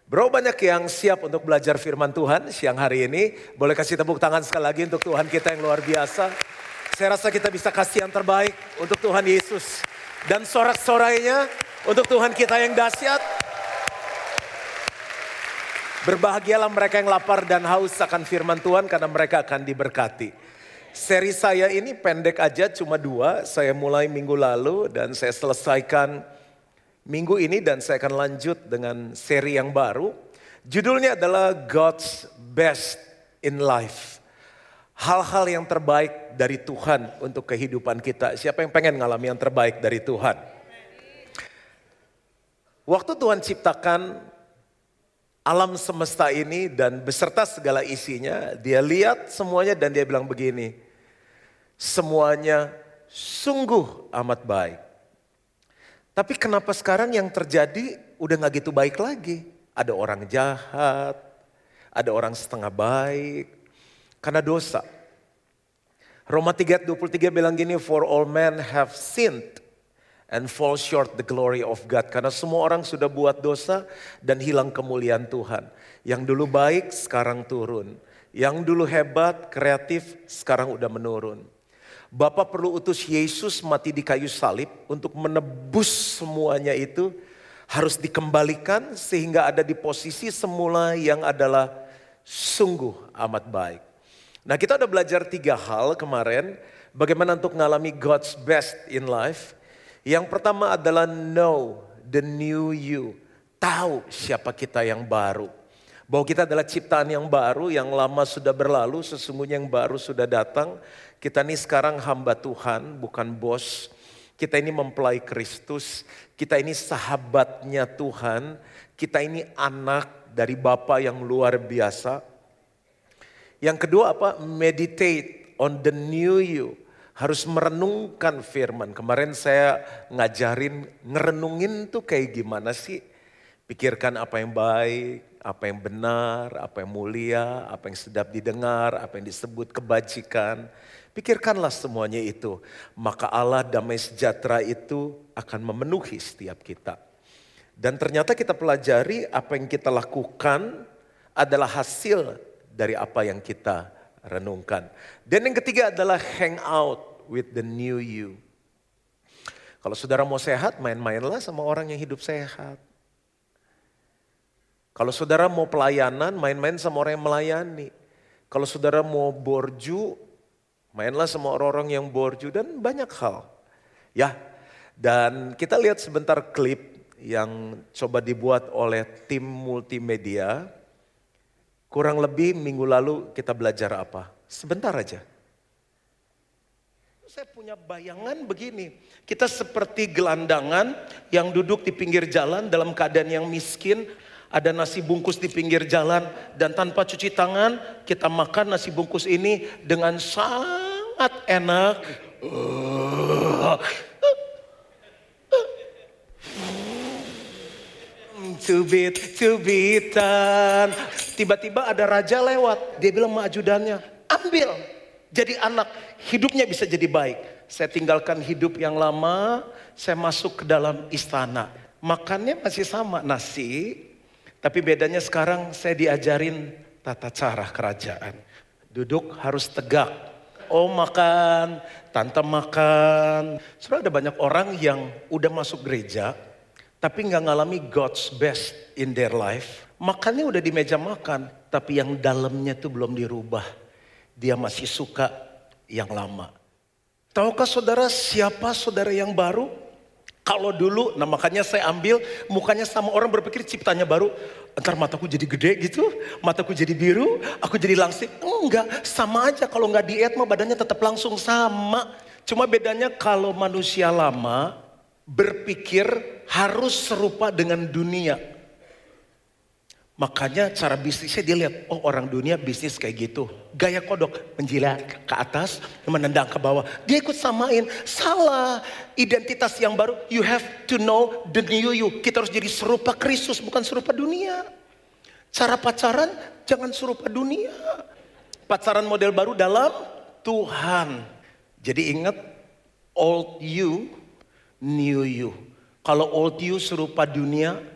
Bro, banyak yang siap untuk belajar firman Tuhan siang hari ini. Boleh kasih tepuk tangan sekali lagi untuk Tuhan kita yang luar biasa. Saya rasa kita bisa kasih yang terbaik untuk Tuhan Yesus. Dan sorak-sorainya untuk Tuhan kita yang dahsyat. Berbahagialah mereka yang lapar dan haus akan firman Tuhan karena mereka akan diberkati. Seri saya ini pendek aja, cuma 2. Saya mulai minggu lalu dan saya selesaikan minggu ini dan saya akan lanjut dengan seri yang baru. Judulnya adalah God's Best in Life. Hal-hal yang terbaik dari Tuhan untuk kehidupan kita. Siapa yang pengen ngalami yang terbaik dari Tuhan? Waktu Tuhan ciptakan alam semesta ini dan beserta segala isinya, dia lihat semuanya dan dia bilang begini, semuanya sungguh amat baik. Tapi kenapa sekarang yang terjadi udah gak gitu baik lagi? Ada orang jahat, ada orang setengah baik, karena dosa. Roma 3:23 bilang gini, for all men have sinned and fall short the glory of God. Karena semua orang sudah buat dosa dan hilang kemuliaan Tuhan. Yang dulu baik sekarang turun. Yang dulu hebat, kreatif sekarang udah menurun. Bapa perlu utus Yesus mati di kayu salib untuk menebus semuanya itu. Harus dikembalikan sehingga ada di posisi semula yang adalah sungguh amat baik. Nah, kita udah belajar 3 hal kemarin. Bagaimana untuk mengalami God's best in life. Yang pertama adalah know the new you. Tahu siapa kita yang baru. Bahwa kita adalah ciptaan yang baru, yang lama sudah berlalu, sesungguhnya yang baru sudah datang. Kita ini sekarang hamba Tuhan, bukan bos. Kita ini mempelai Kristus, kita ini sahabatnya Tuhan. Kita ini anak dari Bapa yang luar biasa. Yang kedua apa? Meditate on the new you. Harus merenungkan firman. Kemarin saya ngajarin ngerenungin tuh kayak gimana sih. Pikirkan apa yang baik, apa yang benar, apa yang mulia, apa yang sedap didengar, apa yang disebut kebajikan. Pikirkanlah semuanya itu. Maka Allah damai sejahtera itu akan memenuhi setiap kita. Dan ternyata kita pelajari apa yang kita lakukan adalah hasil dari apa yang kita renungkan. Dan yang ketiga adalah hang out with the new you. Kalau saudara mau sehat, main-mainlah sama orang yang hidup sehat. Kalau saudara mau pelayanan, main-main sama orang yang melayani. Kalau saudara mau borju, mainlah sama orang-orang yang borju dan banyak hal. Ya, dan kita lihat sebentar klip yang coba dibuat oleh tim multimedia. Kurang lebih minggu lalu kita belajar apa? Sebentar aja. Saya punya bayangan begini. Kita seperti gelandangan yang duduk di pinggir jalan dalam keadaan yang miskin. Ada nasi bungkus di pinggir jalan dan tanpa cuci tangan kita makan nasi bungkus ini dengan sangat enak. Cubit-cubitan. Tiba-tiba ada raja lewat. Dia bilang sama ajudannya, ambil. Jadi anak, hidupnya bisa jadi baik. Saya tinggalkan hidup yang lama, saya masuk ke dalam istana. Makannya masih sama, nasi. Tapi bedanya sekarang saya diajarin tata cara kerajaan. Duduk harus tegak. Oh makan, tante makan. Soalnya ada banyak orang yang udah masuk gereja, tapi gak ngalami God's best in their life. Makannya udah di meja makan, tapi yang dalamnya tuh belum dirubah. Dia masih suka yang lama. Tahukah saudara siapa saudara yang baru? Kalau dulu, nah makanya saya ambil mukanya sama orang berpikir ciptanya baru. Ntar mataku jadi gede gitu, mataku jadi biru, aku jadi langsing. Enggak, sama aja kalau nggak diet mah badannya tetap langsung sama. Cuma bedanya kalau manusia lama berpikir harus serupa dengan dunia. Makanya cara bisnisnya dia lihat, oh orang dunia bisnis kayak gitu. Gaya kodok, menjilat ke atas, menendang ke bawah. Dia ikut samain, salah. Identitas yang baru, you have to know the new you. Kita harus jadi serupa Kristus, bukan serupa dunia. Cara pacaran, jangan serupa dunia. Pacaran model baru dalam Tuhan. Jadi ingat, old you, new you. Kalau old you serupa dunia,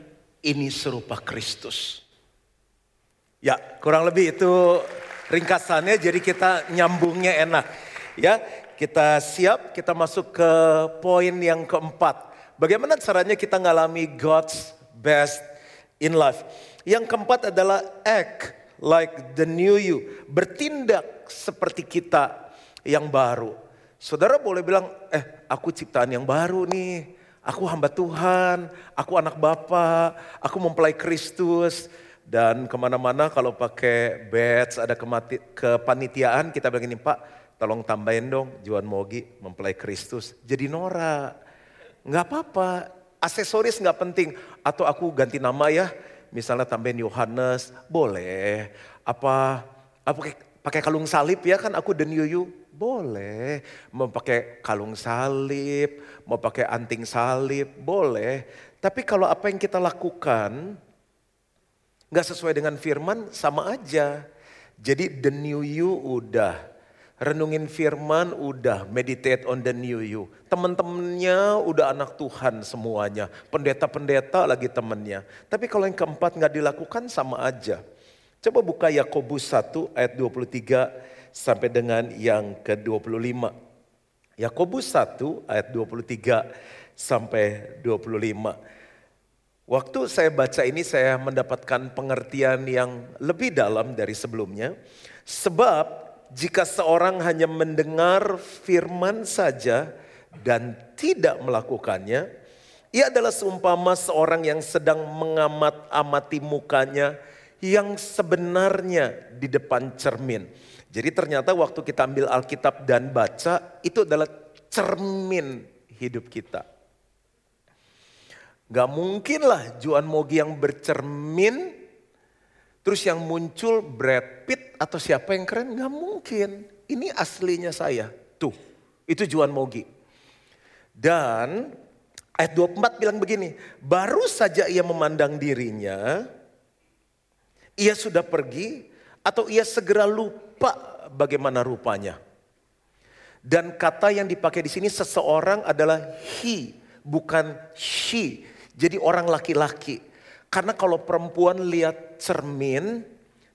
ini serupa Kristus. Ya, kurang lebih itu ringkasannya, jadi kita nyambungnya enak. Ya, kita siap, kita masuk ke poin yang keempat. Bagaimana caranya kita ngalami God's best in life? Yang keempat adalah act like the new you. Bertindak seperti kita yang baru. Saudara boleh bilang, aku ciptaan yang baru nih. Aku hamba Tuhan, aku anak Bapa, aku mempelai Kristus. Dan kemana-mana kalau pakai badge ada kepanitiaan, kita bilang gini, Pak tolong tambahin dong Juan Mogi mempelai Kristus. Jadi Nora, gak apa-apa, aksesoris gak penting. Atau aku ganti nama ya, misalnya tambahin Yohanes, boleh. Apa pakai kalung salib ya kan, aku dan Yuyu, boleh. Mau pakai kalung salib, mau pakai anting salib, boleh. Tapi kalau apa yang kita lakukan gak sesuai dengan firman, sama aja. Jadi the new you udah, renungin firman udah, meditate on the new you. Teman-temannya udah anak Tuhan semuanya, pendeta-pendeta lagi temennya. Tapi kalau yang keempat gak dilakukan, sama aja. Coba buka Yakobus 1 ayat 23 sampai dengan yang ke-25. Yakobus 1 ayat 23 sampai 25. Waktu saya baca ini saya mendapatkan pengertian yang lebih dalam dari sebelumnya. Sebab jika seorang hanya mendengar firman saja dan tidak melakukannya, ia adalah seumpama seorang yang sedang mengamat-amati mukanya yang sebenarnya di depan cermin. Jadi ternyata waktu kita ambil Alkitab dan baca, itu adalah cermin hidup kita. Gak mungkin lah Juan Mogi yang bercermin, terus yang muncul Brad Pitt atau siapa yang keren, gak mungkin. Ini aslinya saya, tuh itu Juan Mogi. Dan ayat 24 bilang begini, baru saja ia memandang dirinya, ia sudah pergi atau ia segera lupa bagaimana rupanya. Dan kata yang dipakai di sini seseorang adalah he, bukan she. Jadi orang laki-laki. Karena kalau perempuan lihat cermin,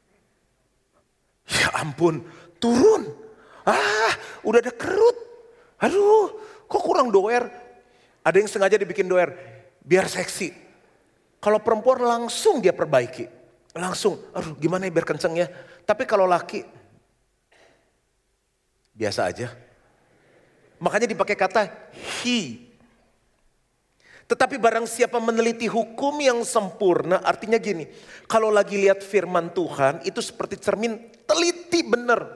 ya ampun, turun. Udah ada kerut. Aduh, kok kurang doer. Ada yang sengaja dibikin doer, biar seksi. Kalau perempuan langsung dia perbaiki. Langsung, aduh gimana ya biar kenceng ya. Tapi kalau laki, biasa aja. Makanya dipakai kata he. Tetapi barang siapa meneliti hukum yang sempurna, artinya gini, kalau lagi lihat firman Tuhan itu seperti cermin, teliti bener.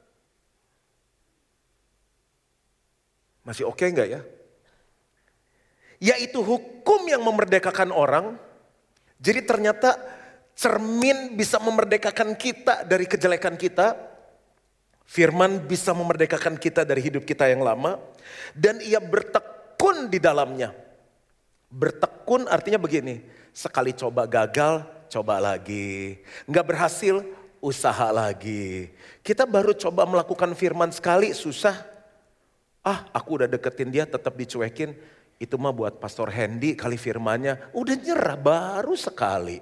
Masih oke enggak ya? Yaitu hukum yang memerdekakan orang. Jadi ternyata cermin bisa memerdekakan kita dari kejelekan kita. Firman bisa memerdekakan kita dari hidup kita yang lama. Dan ia bertekun di dalamnya. Bertekun artinya begini, sekali coba gagal, coba lagi. Nggak berhasil, usaha lagi. Kita baru coba melakukan firman sekali, susah. Aku udah deketin dia tetap dicuekin. Itu mah buat Pastor Hendy kali firmannya. Udah nyerah baru sekali.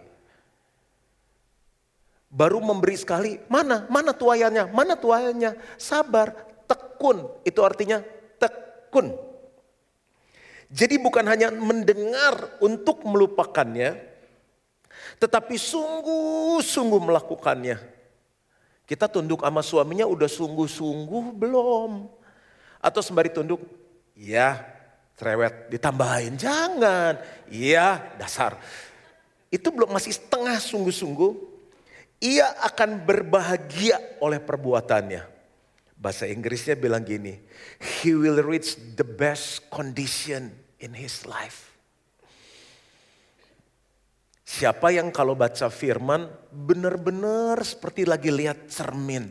Baru memberi sekali, mana tuayannya, mana tuayannya. Sabar, tekun, itu artinya tekun. Jadi bukan hanya mendengar untuk melupakannya, tetapi sungguh-sungguh melakukannya. Kita tunduk sama suaminya udah sungguh-sungguh belum? Atau sembari tunduk, ya cerewet ditambahin, jangan. Iya dasar. Itu belum, masih setengah sungguh-sungguh. Ia akan berbahagia oleh perbuatannya. Bahasa Inggrisnya bilang gini, he will reach the best condition in his life. Siapa yang kalau baca firman benar-benar seperti lagi lihat cermin.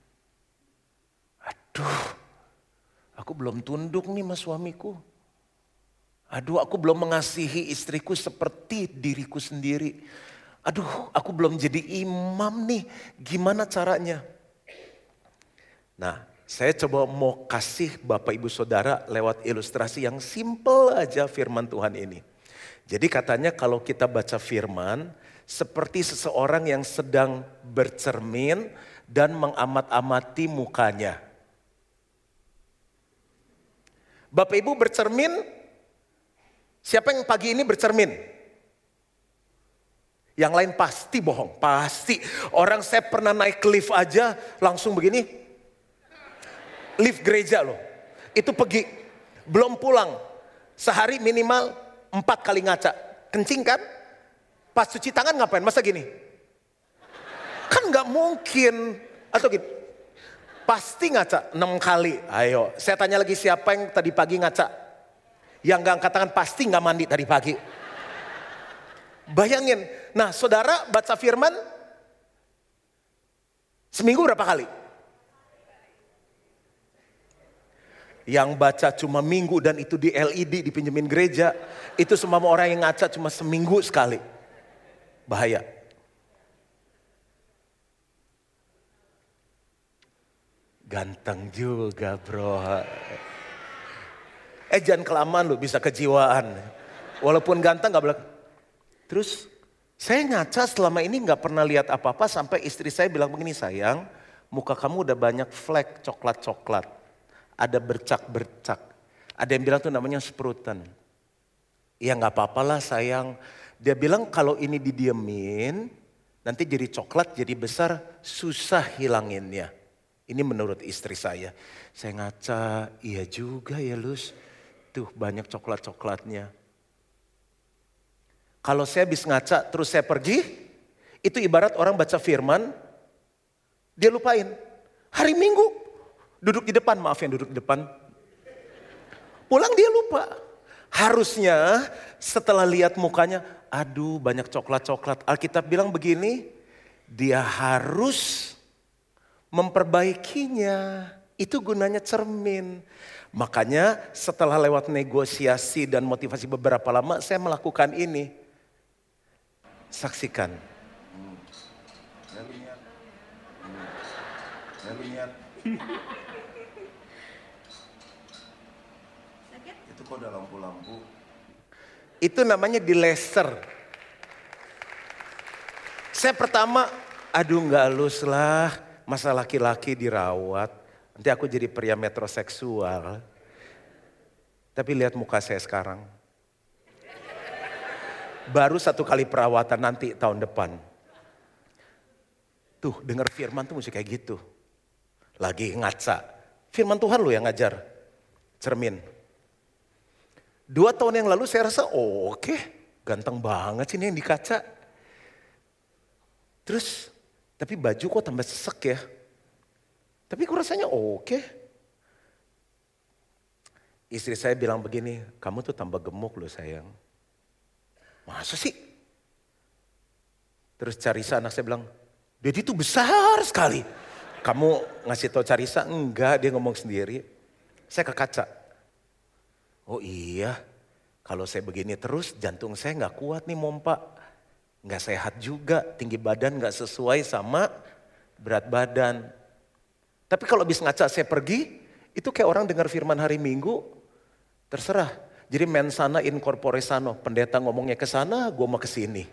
Aduh, aku belum tunduk nih sama suamiku. Aduh, aku belum mengasihi istriku seperti diriku sendiri. Aduh, aku belum jadi imam nih, gimana caranya? Nah, saya coba mau kasih Bapak Ibu Saudara lewat ilustrasi yang simple aja firman Tuhan ini. Jadi katanya kalau kita baca firman, seperti seseorang yang sedang bercermin dan mengamat-amati mukanya. Bapak Ibu bercermin, siapa yang pagi ini bercermin? Yang lain pasti bohong, pasti. Orang saya pernah naik lift aja langsung begini. Lift gereja loh, itu pergi, belum pulang. Sehari minimal 4 kali ngaca, kencing kan? Pas cuci tangan ngapain? Masa gini? Kan gak mungkin. Atau gitu, pasti ngaca 6 kali. Ayo, saya tanya lagi siapa yang tadi pagi ngaca? Yang gak angkat tangan pasti gak mandi tadi pagi. Bayangin, nah saudara baca firman seminggu berapa kali? Yang baca cuma minggu dan itu di LED dipinjemin gereja. Itu semua orang yang ngaca cuma seminggu sekali. Bahaya. Ganteng juga bro. Jangan kelamaan lu bisa kejiwaan. Walaupun ganteng gak boleh. Terus saya ngaca selama ini gak pernah lihat apa-apa sampai istri saya bilang begini, sayang muka kamu udah banyak flek coklat-coklat. Ada bercak-bercak. Ada yang bilang tuh namanya sprutan. Ya gak apa-apalah sayang. Dia bilang kalau ini didiemin, nanti jadi coklat, jadi besar, susah hilanginnya. Ini menurut istri saya. Saya ngaca, iya juga ya Lus. Tuh banyak coklat-coklatnya. Kalau saya habis ngaca terus saya pergi, itu ibarat orang baca firman, dia lupain. Hari Minggu. Duduk di depan, maaf yang duduk di depan. Pulang dia lupa. Harusnya setelah lihat mukanya, aduh banyak coklat-coklat. Alkitab bilang begini, dia harus memperbaikinya. Itu gunanya cermin. Makanya setelah lewat negosiasi dan motivasi beberapa lama, saya melakukan ini. Saksikan. Itu kok ada lampu-lampu. Itu namanya di laser. Saya pertama, aduh gak halus lah. Masa laki-laki dirawat. Nanti aku jadi pria metroseksual. Tapi lihat muka saya sekarang. Baru 1 kali perawatan nanti tahun depan. Tuh dengar firman tuh mesti kayak gitu. Lagi ngaca. Firman Tuhan lo yang ngajar. Cermin. 2 tahun yang lalu saya rasa oke, ganteng banget sih ini yang di kaca. Terus, tapi baju kok tambah sesek ya. Tapi kok rasanya oke. Istri saya bilang begini, kamu tuh tambah gemuk loh sayang. Masa sih? Terus Carissa anak saya bilang, Dedi tuh besar sekali. Kamu ngasih tau Carissa? Enggak, dia ngomong sendiri. Saya ke kaca. Oh iya, kalau saya begini terus jantung saya gak kuat nih mompa. Gak sehat juga, tinggi badan gak sesuai sama berat badan. Tapi kalau habis ngaca saya pergi, itu kayak orang dengar firman hari Minggu, terserah. Jadi mens sana in corpore sano, pendeta ngomongnya ke sana, gue mau ke sini.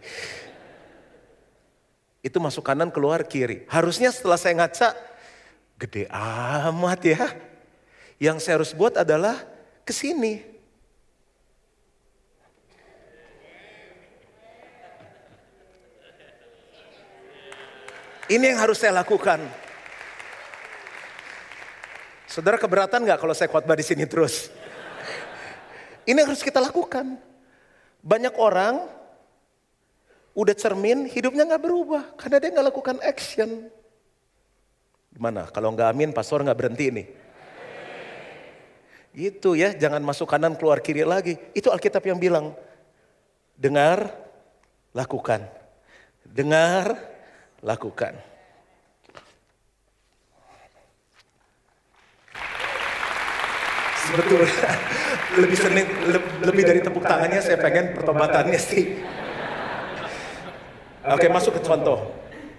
Itu masuk kanan keluar kiri. Harusnya setelah saya ngaca, gede amat ya. Yang saya harus buat adalah ke sini. Ini yang harus saya lakukan. Saudara keberatan gak kalau saya khotbah di sini terus? Ini yang harus kita lakukan. Banyak orang udah cermin, hidupnya gak berubah karena dia gak lakukan action. Gimana? Kalau gak amin, pastor gak berhenti nih. Gitu ya, jangan masuk kanan keluar kiri lagi. Itu Alkitab yang bilang, dengar, lakukan. Dengar, lakukan. Sebetulnya lebih dari tepuk tangannya saya pengen pertobatannya sih. Oke, masuk ke contoh.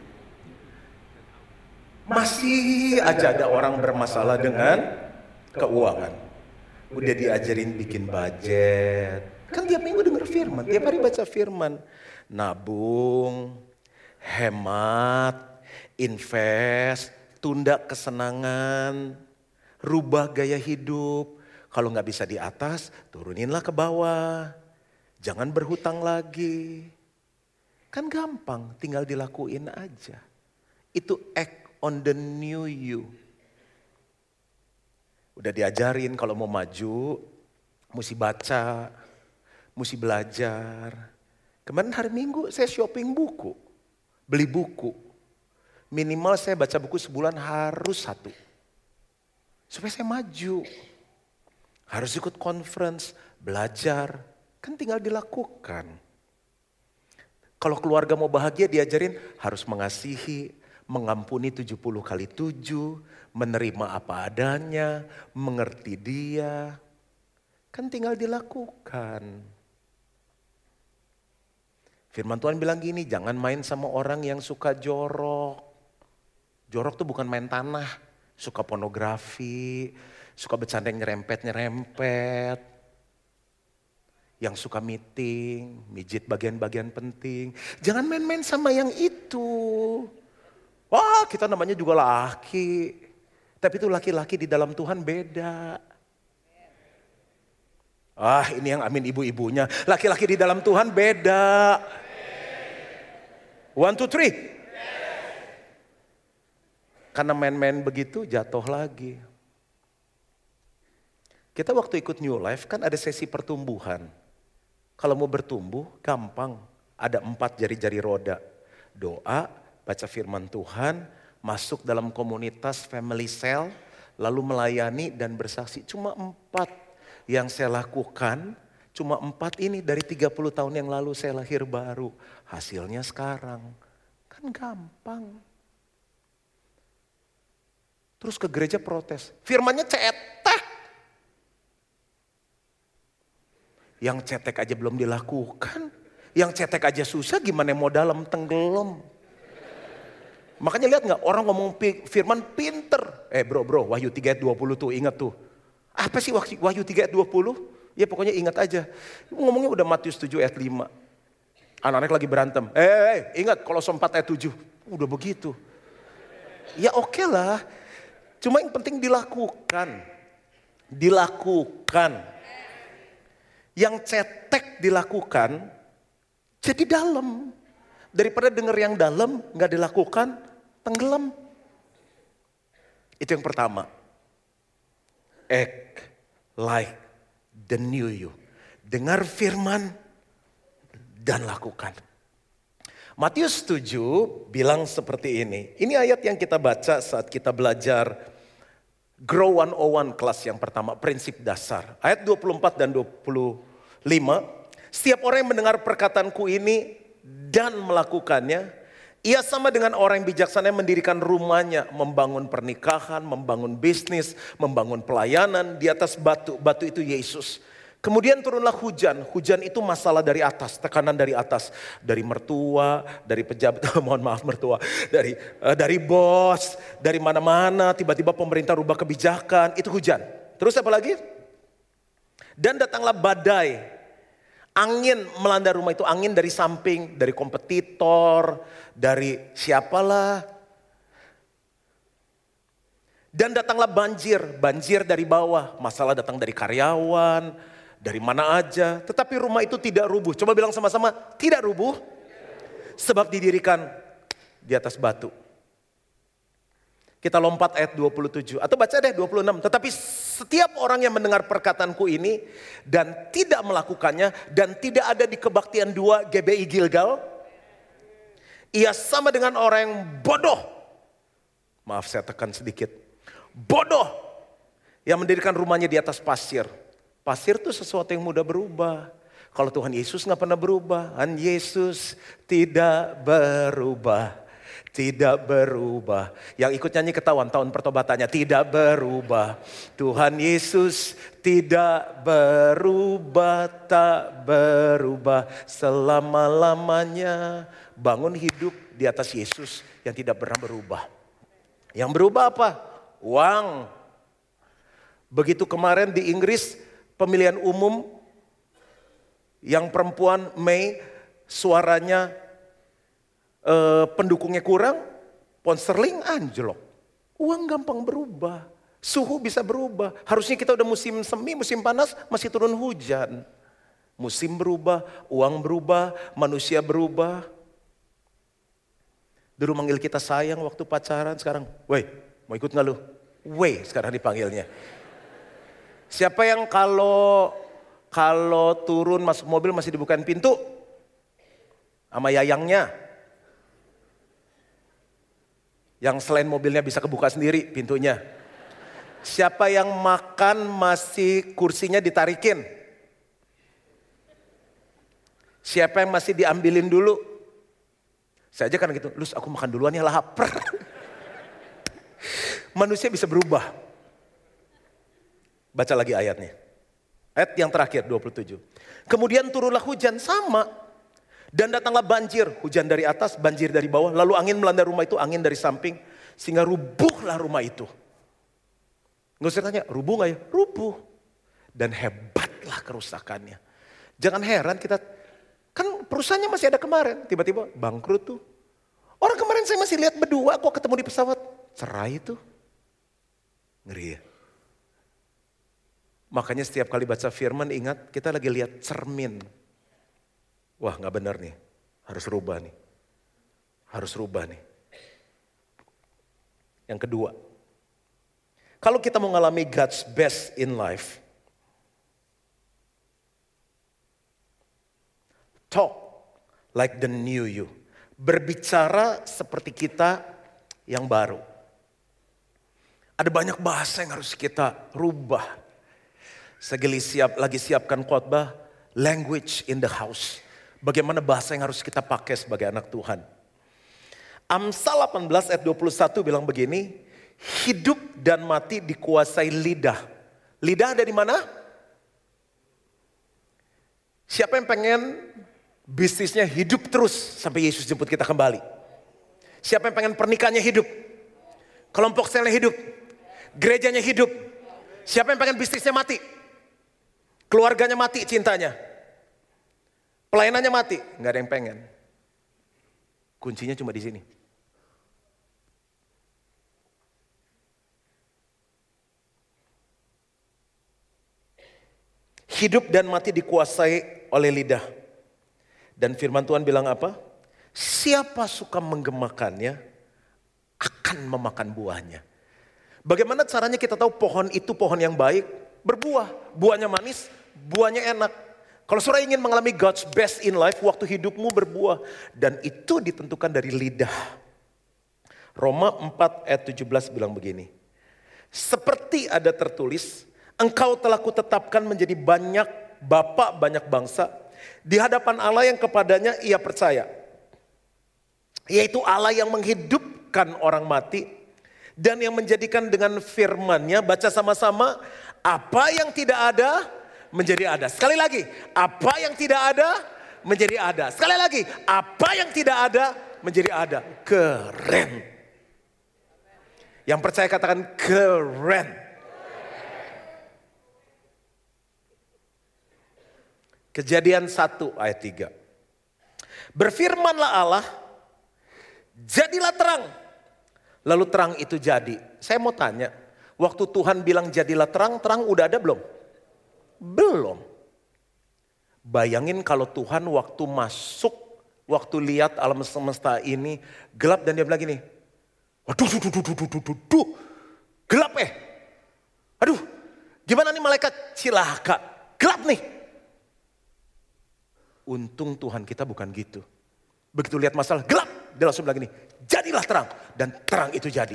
Masih aja ada orang bermasalah dengan keuangan. Udah diajarin bikin budget, Kan tiap minggu dengar firman, tiap hari baca firman. Nabung, hemat, invest, tunda kesenangan, rubah gaya hidup. Kalau nggak bisa di atas, turuninlah ke bawah. Jangan berhutang lagi. Kan gampang, tinggal dilakuin aja. Itu act on the new you. Udah diajarin kalau mau maju, mesti baca, mesti belajar. Kemarin hari Minggu saya shopping buku, beli buku. Minimal saya baca buku sebulan harus 1. Supaya saya maju. Harus ikut conference, belajar. Kan tinggal dilakukan. Kalau keluarga mau bahagia diajarin harus mengasihi, mengampuni 70 kali 7, menerima apa adanya, mengerti dia. Kan tinggal dilakukan. Firman Tuhan bilang gini, jangan main sama orang yang suka jorok. Jorok tuh bukan main tanah, suka pornografi, suka bercanda yang nyerempet-nyerempet. Yang suka meeting, mijit bagian-bagian penting. Jangan main-main sama yang itu. Wah, kita namanya juga laki. Tapi itu laki-laki di dalam Tuhan beda. Ah, ini yang amin ibu-ibunya. Laki-laki di dalam Tuhan beda. 1, 2, 3. Karena main-main begitu jatuh lagi. Kita waktu ikut New Life kan ada sesi pertumbuhan. Kalau mau bertumbuh gampang. Ada 4 jari-jari roda. Doa, baca firman Tuhan, masuk dalam komunitas family cell, lalu melayani dan bersaksi. Cuma 4 yang saya lakukan. Cuma 4 ini dari 30 tahun yang lalu saya lahir baru. Hasilnya sekarang. Kan gampang. Terus ke gereja protes. Firmannya cetek. Yang cetek aja belum dilakukan. Yang cetek aja susah gimana mau dalam tenggelam. Makanya lihat gak orang ngomong firman pinter. Bro, Wahyu 3 ayat 20 tuh ingat tuh. Apa sih Wahyu 3 ayat 20? Ya pokoknya ingat aja. Ngomongnya udah Matius 7 ayat 5. Anak-anak lagi berantem. Ingat Kolose 4 ayat 7. Udah begitu. Ya oke lah. Cuma yang penting dilakukan. Dilakukan. Yang cetek dilakukan. Jadi dalam. Daripada denger yang dalam gak dilakukan. Tenggelam. Itu yang pertama. Act like the new you. Dengar firman dan lakukan. Matius 7 bilang seperti ini. Ini ayat yang kita baca saat kita belajar Grow 101 kelas yang pertama, prinsip dasar. Ayat 24 dan 25. Setiap orang yang mendengar perkataanku ini dan melakukannya, ia sama dengan orang yang bijaksana yang mendirikan rumahnya, membangun pernikahan, membangun bisnis, membangun pelayanan di atas batu. Batu itu Yesus. Kemudian turunlah hujan. Hujan itu masalah dari atas, tekanan dari atas. Dari mertua, dari pejabat, mohon maaf mertua. Dari bos, dari mana-mana tiba-tiba pemerintah rubah kebijakan. Itu hujan. Terus apa lagi? Dan datanglah badai. Angin melanda rumah itu, angin dari samping, dari kompetitor, dari siapalah. Dan datanglah banjir, banjir dari bawah, masalah datang dari karyawan, dari mana aja. Tetapi rumah itu tidak rubuh, coba bilang sama-sama, tidak rubuh. Sebab didirikan di atas batu. Kita lompat ayat 27, atau baca deh 26. Tetapi setiap orang yang mendengar perkataanku ini dan tidak melakukannya dan tidak ada di kebaktian 2 GBI Gilgal, ia sama dengan orang yang bodoh. Maaf saya tekan sedikit. Bodoh yang mendirikan rumahnya di atas pasir. Pasir itu sesuatu yang mudah berubah. Kalau Tuhan Yesus gak pernah berubah. Tuhan Yesus tidak berubah. Tidak berubah. Yang ikut nyanyi ketahuan tahun pertobatannya. Tidak berubah. Tuhan Yesus tidak berubah. Tak berubah selama-lamanya. Bangun hidup di atas Yesus yang tidak pernah berubah. Yang berubah apa? Uang. Begitu kemarin di Inggris pemilihan umum. Yang perempuan Mei suaranya pendukungnya kurang, pound sterling anjlok. Uang gampang berubah, suhu bisa berubah. Harusnya kita udah musim semi, musim panas masih turun hujan. Musim berubah, uang berubah, manusia berubah. Dulu manggil kita sayang waktu pacaran, sekarang, woi mau ikut gak lu? Woi sekarang dipanggilnya. Siapa yang kalau turun masuk mobil masih dibukain pintu? Sama yayangnya. Yang selain mobilnya bisa kebuka sendiri pintunya. Siapa yang makan masih kursinya ditarikin? Siapa yang masih diambilin dulu? Saya aja kan gitu, Lus aku makan duluan ya lapar. Manusia bisa berubah. Baca lagi ayatnya. Ayat yang terakhir 27. Kemudian turunlah hujan sama. Dan datanglah banjir. Hujan dari atas, banjir dari bawah. Lalu angin melanda rumah itu, angin dari samping. Sehingga rubuhlah rumah itu. Nggak usah tanya, rubuh gak ya? Rubuh. Dan hebatlah kerusakannya. Jangan heran kita, kan perusahaannya masih ada kemarin. Tiba-tiba bangkrut tuh. Orang kemarin saya masih lihat berdua kok ketemu di pesawat. Cerai tuh. Ngeri ya. Makanya setiap kali baca firman ingat kita lagi lihat cermin. Wah gak benar nih. Harus rubah nih. Harus rubah nih. Yang kedua. Kalau kita mau mengalami God's best in life. Talk like the new you. Berbicara seperti kita yang baru. Ada banyak bahasa yang harus kita rubah. Saya lagi siapkan khotbah language in the house. Bagaimana bahasa yang harus kita pakai sebagai anak Tuhan. Amsal 18 ayat 21 bilang begini. Hidup dan mati dikuasai lidah. Lidah ada di mana? Siapa yang pengen bisnisnya hidup terus sampai Yesus jemput kita kembali? Siapa yang pengen pernikahannya hidup? Kelompok selnya hidup? Gerejanya hidup? Siapa yang pengen bisnisnya mati? Keluarganya mati cintanya? Pelayanannya mati? Nggak ada yang pengen. Kuncinya cuma di sini. Hidup dan mati dikuasai oleh lidah. Dan firman Tuhan bilang apa? Siapa suka menggemakannya akan memakan buahnya. Bagaimana caranya kita tahu pohon itu pohon yang baik? Berbuah, buahnya manis, buahnya enak. Kalau saudara ingin mengalami God's best in life, waktu hidupmu berbuah. Dan itu ditentukan dari lidah. Roma 4 ayat 17 bilang begini. Seperti ada tertulis, engkau telah kutetapkan menjadi banyak bapak banyak bangsa. Di hadapan Allah yang kepadanya ia percaya. Yaitu Allah yang menghidupkan orang mati. Dan yang menjadikan dengan firman-Nya, baca sama-sama, apa yang tidak ada menjadi ada. Sekali lagi, apa yang tidak ada menjadi ada. Sekali lagi, apa yang tidak ada menjadi ada. Keren. Yang percaya katakan keren. Kejadian 1 ayat 3. Berfirmanlah Allah, jadilah terang. Lalu terang itu jadi. Saya mau tanya, waktu Tuhan bilang jadilah terang, terang udah ada belum? Belum. Bayangin kalau Tuhan waktu masuk, waktu lihat alam semesta ini gelap dan dia bilang gini, waduh, gelap aduh, gimana nih malaikat cilaka, gelap nih. Untung Tuhan kita bukan gitu. Begitu lihat masalah gelap, dia langsung bilang gini, jadilah terang. Dan terang itu jadi.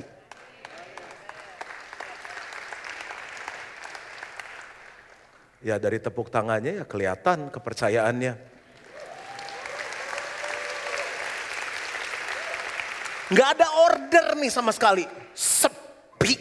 Ya dari tepuk tangannya ya kelihatan kepercayaannya. Nggak ada order nih sama sekali. Sepi.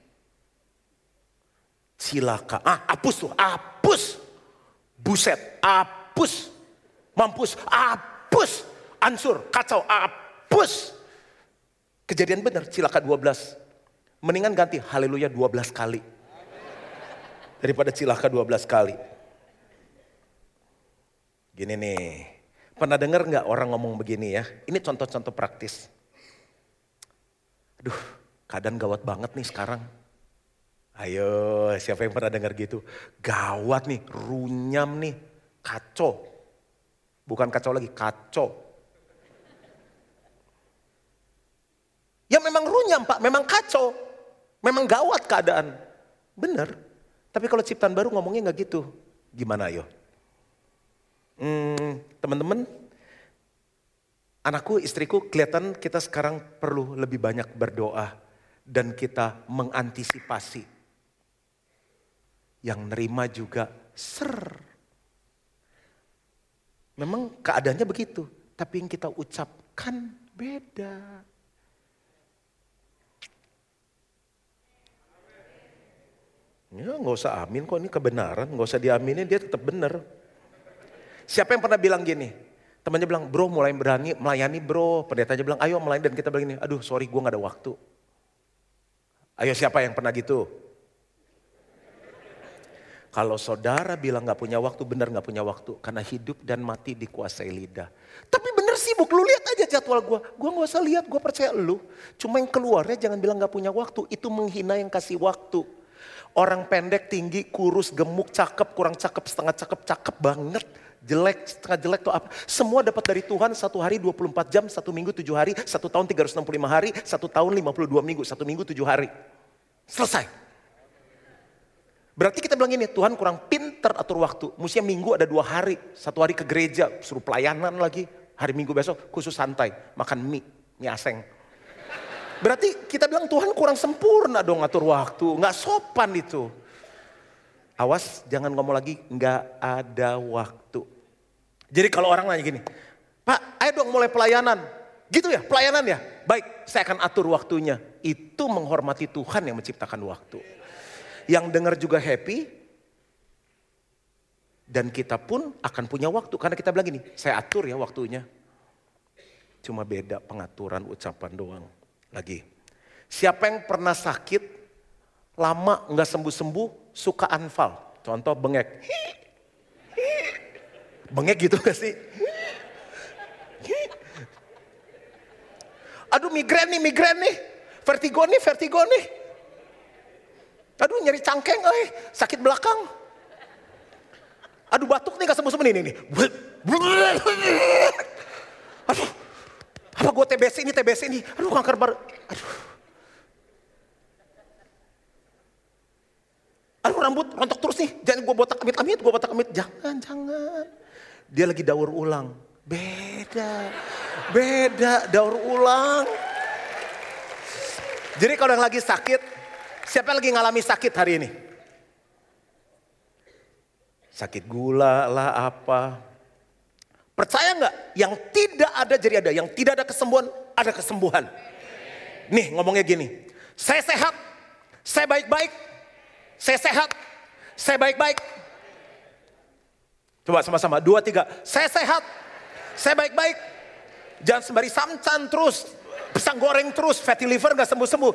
Cilaka. Hapus tuh, hapus. Buset, hapus. Mampus, hapus. Ansur, kacau, hapus. Kejadian benar, cilaka 12. Mendingan ganti haleluya 12 kali. Daripada cilaka 12 kali. Gini nih, pernah dengar nggak orang ngomong begini ya? Ini contoh-contoh praktis. Aduh, keadaan gawat banget nih sekarang. Ayo, siapa yang pernah dengar gitu? Gawat nih, runyam nih, kacau. Bukan kacau lagi, kacau. Ya memang runyam Pak, memang kacau. Memang gawat keadaan. Bener. Tapi kalau ciptaan baru ngomongnya nggak gitu. Gimana ayo? Teman-teman, anakku, istriku, kelihatan kita sekarang perlu lebih banyak berdoa dan kita mengantisipasi. Yang nerima juga memang keadaannya begitu, tapi yang kita ucapkan beda. Ya nggak usah amin kok, ini kebenaran, nggak usah diaminin, dia tetap benar. Siapa yang pernah bilang gini? Temannya bilang, bro mulai berani melayani bro. Pendetanya bilang, ayo melayani, dan kita bilang gini, aduh sorry gue gak ada waktu. Ayo siapa yang pernah gitu? Kalau saudara bilang gak punya waktu, benar gak punya waktu. Karena hidup dan mati dikuasai lidah. Tapi bener sibuk, lu lihat aja jadwal gue. Gue gak usah lihat, gue percaya lu. Cuma yang keluarnya jangan bilang gak punya waktu. Itu menghina yang kasih waktu. Orang pendek, tinggi, kurus, gemuk, cakep, kurang cakep, setengah cakep, cakep banget. Jelek, setengah jelek tuh apa? Semua dapat dari Tuhan 1 hari 24 jam, 1 minggu 7 hari, 1 tahun 365 hari, 1 tahun 52 minggu, 1 minggu 7 hari. Selesai. Berarti kita bilang ini, Tuhan kurang pinter atur waktu. Mestinya minggu ada 2 hari, 1 hari ke gereja, suruh pelayanan lagi. Hari minggu besok khusus santai, makan mie aseng. Berarti kita bilang Tuhan kurang sempurna dong atur waktu, gak sopan itu. Awas jangan ngomong lagi gak ada waktu. Jadi kalau orang nanya gini, Pak ayo dong mulai pelayanan. Gitu ya pelayanan ya? Baik saya akan atur waktunya. Itu menghormati Tuhan yang menciptakan waktu. Yang dengar juga happy. Dan kita pun akan punya waktu. Karena kita bilang gini, saya atur ya waktunya. Cuma beda pengaturan ucapan doang. Lagi. Siapa yang pernah sakit, lama gak sembuh-sembuh, suka anfal. Contoh bengek. Bengek gitu gak sih? Aduh migrain nih. Vertigo nih. Aduh nyeri cangkeng, sakit belakang. Aduh batuk nih gak sembuh-sembuh nih. Aduh, apa gue TBC ini. Aduh kanker baru. Aduh rambut rontok terus nih. Jangan gue botak amit. Jangan. Dia lagi daur ulang. Beda daur ulang. Jadi kalau yang lagi sakit, siapa yang lagi ngalami sakit hari ini? Sakit gula lah apa. Percaya nggak? Yang tidak ada jadi ada. Yang tidak ada kesembuhan, ada kesembuhan. Nih ngomongnya gini. Saya sehat, saya baik-baik. Saya sehat, saya baik-baik. Coba sama-sama, 2, 3. Saya sehat, saya baik-baik. Jangan sembari samcan terus, pisang goreng terus, fatty liver gak sembuh-sembuh.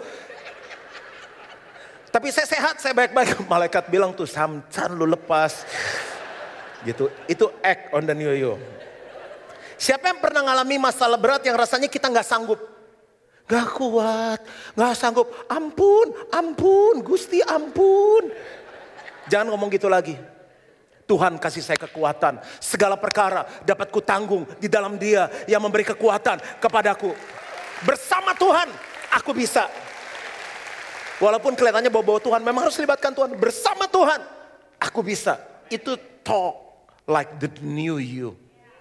Tapi saya sehat, saya baik-baik. Malaikat bilang tuh samcan lu lepas. Gitu, itu act on the new you. Siapa yang pernah ngalami masalah berat yang rasanya kita gak sanggup? Gak kuat, gak sanggup. Ampun, Gusti ampun. Jangan ngomong gitu lagi. Tuhan kasih saya kekuatan. Segala perkara dapat kutanggung di dalam Dia yang memberi kekuatan kepadaku. Bersama Tuhan aku bisa. Walaupun kelihatannya bawa-bawa Tuhan, memang harus libatkan Tuhan. Bersama Tuhan aku bisa. Itu talk like the new you.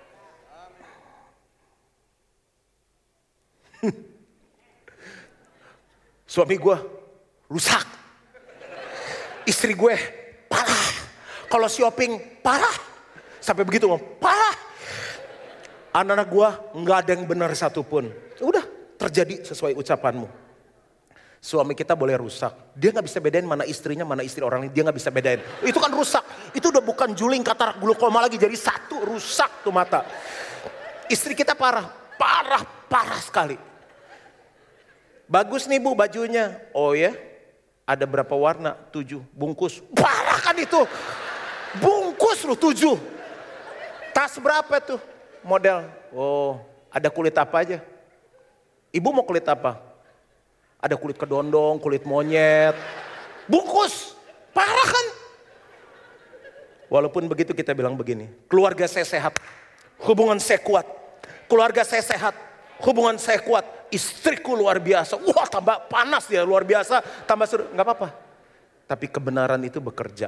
Suami gue rusak. Istri gue parah. Kalau shopping parah. Sampai begitu parah. Anak-anak gue gak ada yang benar satupun. Udah terjadi sesuai ucapanmu. Suami kita boleh rusak. Dia gak bisa bedain mana istrinya, mana istri orang lain. Dia gak bisa bedain. Itu kan rusak. Itu udah bukan juling, katarak, glukoma lagi. Jadi satu rusak tuh mata. Istri kita parah. Parah sekali. Bagus nih bu bajunya. Oh ya? Ada berapa warna? 7. Bungkus. Parah kan itu. Bungkus lu 7. Tas berapa tuh model? Oh, ada kulit apa aja? Ibu mau kulit apa? Ada kulit kedondong, kulit monyet. Bungkus, parah kan? Walaupun begitu kita bilang begini, keluarga saya sehat, hubungan saya kuat. Keluarga saya sehat, hubungan saya kuat. Istriku luar biasa, wah tambah panas dia luar biasa, tambah seru. Gak apa-apa. Tapi kebenaran itu bekerja.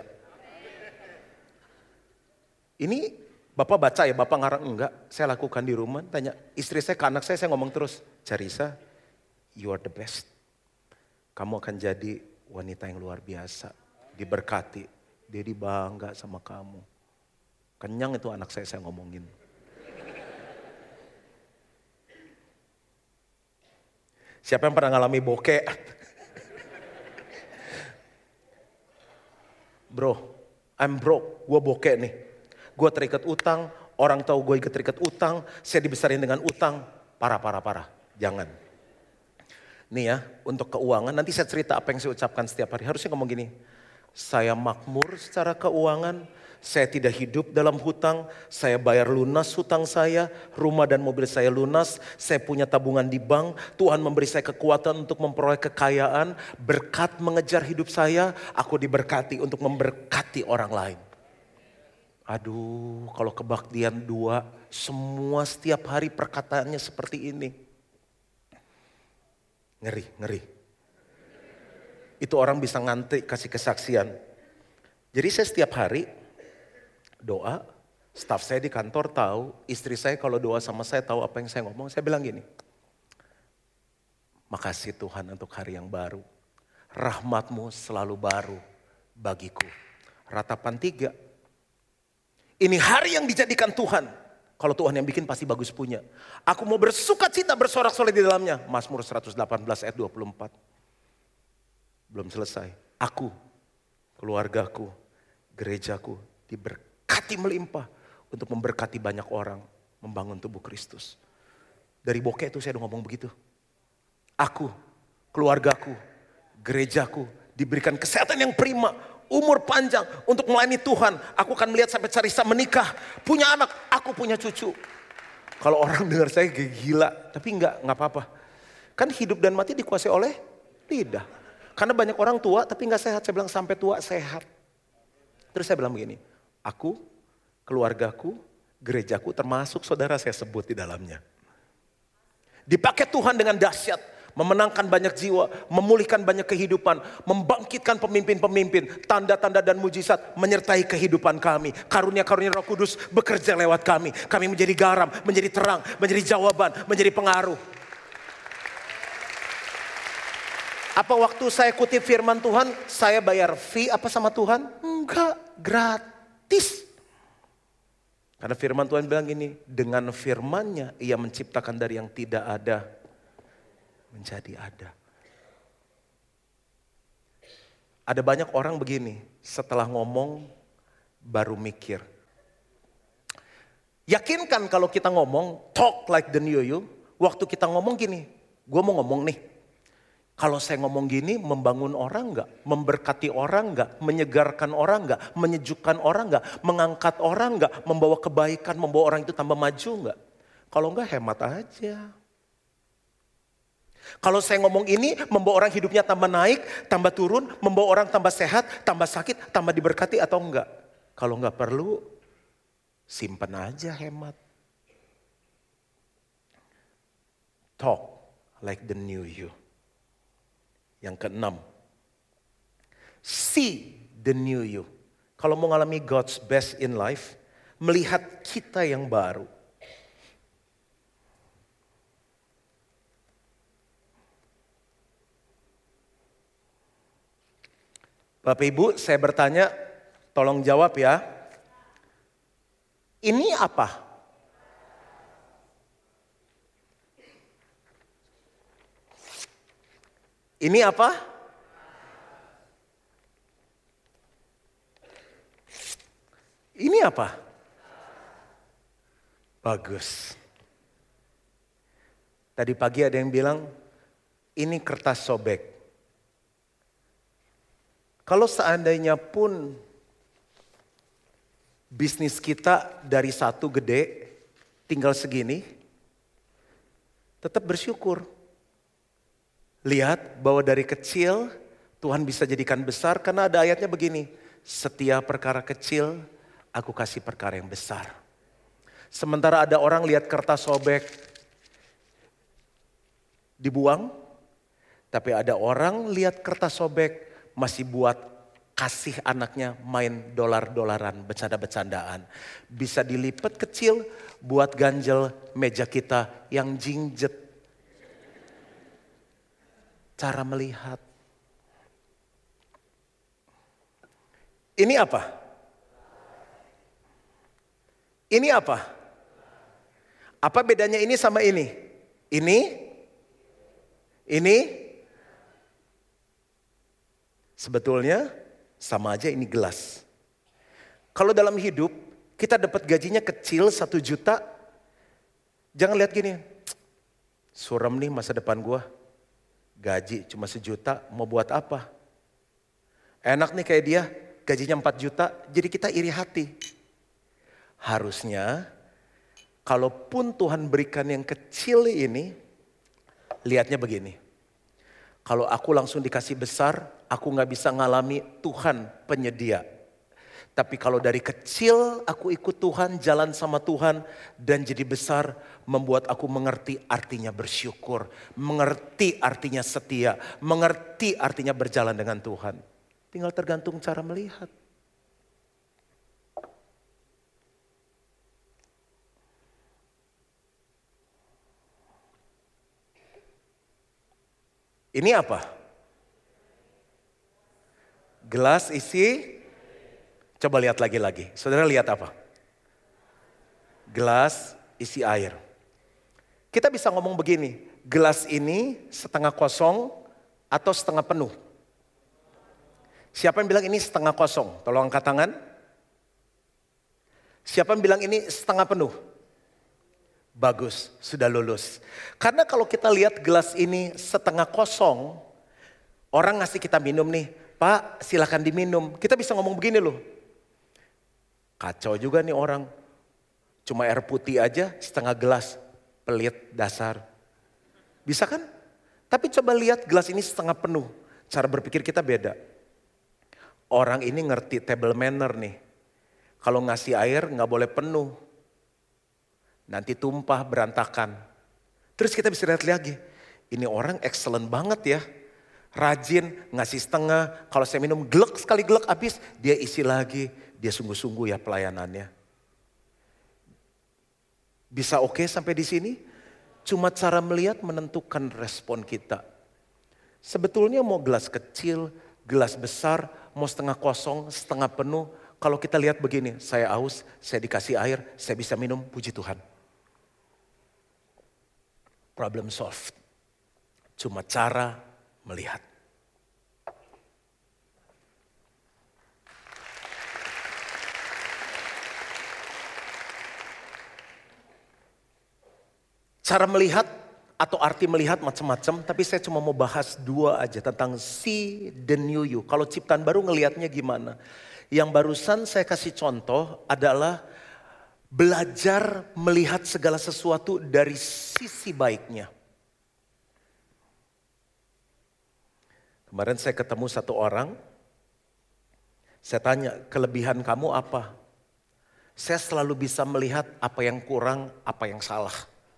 Ini Bapak baca ya, Bapak ngarang enggak. Saya lakukan di rumah, tanya istri saya ke anak saya ngomong terus. Carissa, you are the best. Kamu akan jadi wanita yang luar biasa. Diberkati, Daddy bangga sama kamu. Kenyang itu anak saya ngomongin. Siapa yang pernah ngalami bokeh? Bro, I'm broke, gue bokeh nih. Gue terikat utang, orang tahu gue terikat utang, saya dibesarin dengan utang. Parah. Jangan. Nih ya, untuk keuangan, nanti saya cerita apa yang saya ucapkan setiap hari. Harusnya ngomong gini, saya makmur secara keuangan, saya tidak hidup dalam hutang, saya bayar lunas hutang saya, rumah dan mobil saya lunas, saya punya tabungan di bank, Tuhan memberi saya kekuatan untuk memperoleh kekayaan, berkat mengejar hidup saya, aku diberkati untuk memberkati orang lain. Aduh, kalau kebaktian 2, semua setiap hari perkataannya seperti ini. Ngeri. Itu orang bisa ngantri kasih kesaksian. Jadi saya setiap hari doa, staf saya di kantor tahu, istri saya kalau doa sama saya tahu apa yang saya ngomong. Saya bilang gini, makasih Tuhan untuk hari yang baru. Rahmat-Mu selalu baru bagiku. Ratapan 3. Ini hari yang dijadikan Tuhan. Kalau Tuhan yang bikin pasti bagus punya. Aku mau bersukacita bersorak-sorai di dalamnya. Mazmur 118 ayat 24. Belum selesai. Aku, keluargaku, gerejaku diberkati melimpah untuk memberkati banyak orang membangun tubuh Kristus. Dari bokeh itu saya udah ngomong begitu. Aku, keluargaku, gerejaku diberikan kesehatan yang prima, umur panjang untuk melayani Tuhan. Aku akan melihat sampai Carissa menikah, punya anak, aku punya cucu. Kalau orang dengar saya gila, tapi enggak apa-apa. Kan hidup dan mati dikuasai oleh lidah. Karena banyak orang tua tapi enggak sehat. Saya bilang sampai tua sehat. Terus saya bilang begini, aku, keluargaku, gerejaku termasuk saudara saya sebut di dalamnya. Dipakai Tuhan dengan dahsyat. Memenangkan banyak jiwa, memulihkan banyak kehidupan, membangkitkan pemimpin-pemimpin, tanda-tanda dan mujizat menyertai kehidupan kami. Karunia-karunia Roh Kudus bekerja lewat kami. Kami menjadi garam, menjadi terang, menjadi jawaban, menjadi pengaruh. Apa waktu saya kutip firman Tuhan, saya bayar fee apa sama Tuhan? Enggak, gratis. Karena firman Tuhan bilang gini, dengan firman-Nya Ia menciptakan dari yang tidak ada menjadi ada. Ada banyak orang begini, setelah ngomong baru mikir. Yakinkan kalau kita ngomong, talk like the new you, waktu kita ngomong gini, gue mau ngomong nih. Kalau saya ngomong gini, membangun orang enggak? Memberkati orang enggak? Menyegarkan orang enggak? Menyejukkan orang enggak? Mengangkat orang enggak? Membawa kebaikan, membawa orang itu tambah maju enggak? Kalau enggak hemat aja. Kalau saya ngomong ini, membawa orang hidupnya tambah naik, tambah turun, membawa orang tambah sehat, tambah sakit, tambah diberkati atau enggak? Kalau enggak perlu, simpen aja hemat. Talk like the new you. Yang keenam, see the new you. Kalau mau ngalami God's best in life, melihat kita yang baru. Bapak Ibu, saya bertanya, tolong jawab ya. Ini apa? Ini apa? Ini apa? Bagus. Tadi pagi ada yang bilang, ini kertas sobek. Kalau seandainya pun bisnis kita dari satu gede, tinggal segini, tetap bersyukur. Lihat bahwa dari kecil Tuhan bisa jadikan besar karena ada ayatnya begini. Setiap perkara kecil aku kasih perkara yang besar. Sementara ada orang lihat kertas sobek dibuang, tapi ada orang lihat kertas sobek masih buat kasih anaknya main dolar-dolaran, bercanda-bercandaan. Bisa dilipat kecil buat ganjel meja kita yang jingjet. Cara melihat. Ini apa? Ini apa? Apa bedanya ini sama ini? Ini sebetulnya sama aja, ini gelas. Kalau dalam hidup kita dapat gajinya kecil 1 juta, jangan lihat gini, suram nih masa depan gua, gaji cuma 1 juta, mau buat apa? Enak nih kayak dia, gajinya 4 juta, jadi kita iri hati. Harusnya kalaupun Tuhan berikan yang kecil ini, lihatnya begini. Kalau aku langsung dikasih besar, aku gak bisa ngalami Tuhan penyedia. Tapi kalau dari kecil aku ikut Tuhan, jalan sama Tuhan dan jadi besar, membuat aku mengerti artinya bersyukur, mengerti artinya setia, mengerti artinya berjalan dengan Tuhan. Tinggal tergantung cara melihat. Ini apa? Gelas isi, coba lihat lagi. Saudara lihat apa? Gelas isi air. Kita bisa ngomong begini, gelas ini setengah kosong atau setengah penuh? Siapa yang bilang ini setengah kosong? Tolong angkat tangan. Siapa yang bilang ini setengah penuh? Bagus, sudah lulus. Karena kalau kita lihat gelas ini setengah kosong, orang ngasih kita minum nih, Pak silakan diminum. Kita bisa ngomong begini loh. Kacau juga nih orang, cuma air putih aja setengah gelas, pelit dasar. Bisa kan? Tapi coba lihat gelas ini setengah penuh, cara berpikir kita beda. Orang ini ngerti table manner nih, kalau ngasih air gak boleh penuh. Nanti tumpah berantakan. Terus kita bisa lihat lagi. Ini orang excellent banget ya. Rajin ngasih setengah. Kalau saya minum glek sekali glek habis. Dia isi lagi. Dia sungguh-sungguh ya pelayanannya. Bisa oke sampai di sini? Cuma cara melihat menentukan respon kita. Sebetulnya mau gelas kecil, gelas besar, mau setengah kosong, setengah penuh. Kalau kita lihat begini, saya haus, saya dikasih air, saya bisa minum, puji Tuhan. Problem solved. Cuma cara melihat. Cara melihat atau arti melihat macam-macam, tapi saya cuma mau bahas 2 aja tentang see the new you. Kalau ciptaan baru ngelihatnya gimana? Yang barusan saya kasih contoh adalah belajar melihat segala sesuatu dari sisi baiknya. Kemarin saya ketemu satu orang, saya tanya, kelebihan kamu apa? Saya selalu bisa melihat apa yang kurang, apa yang salah.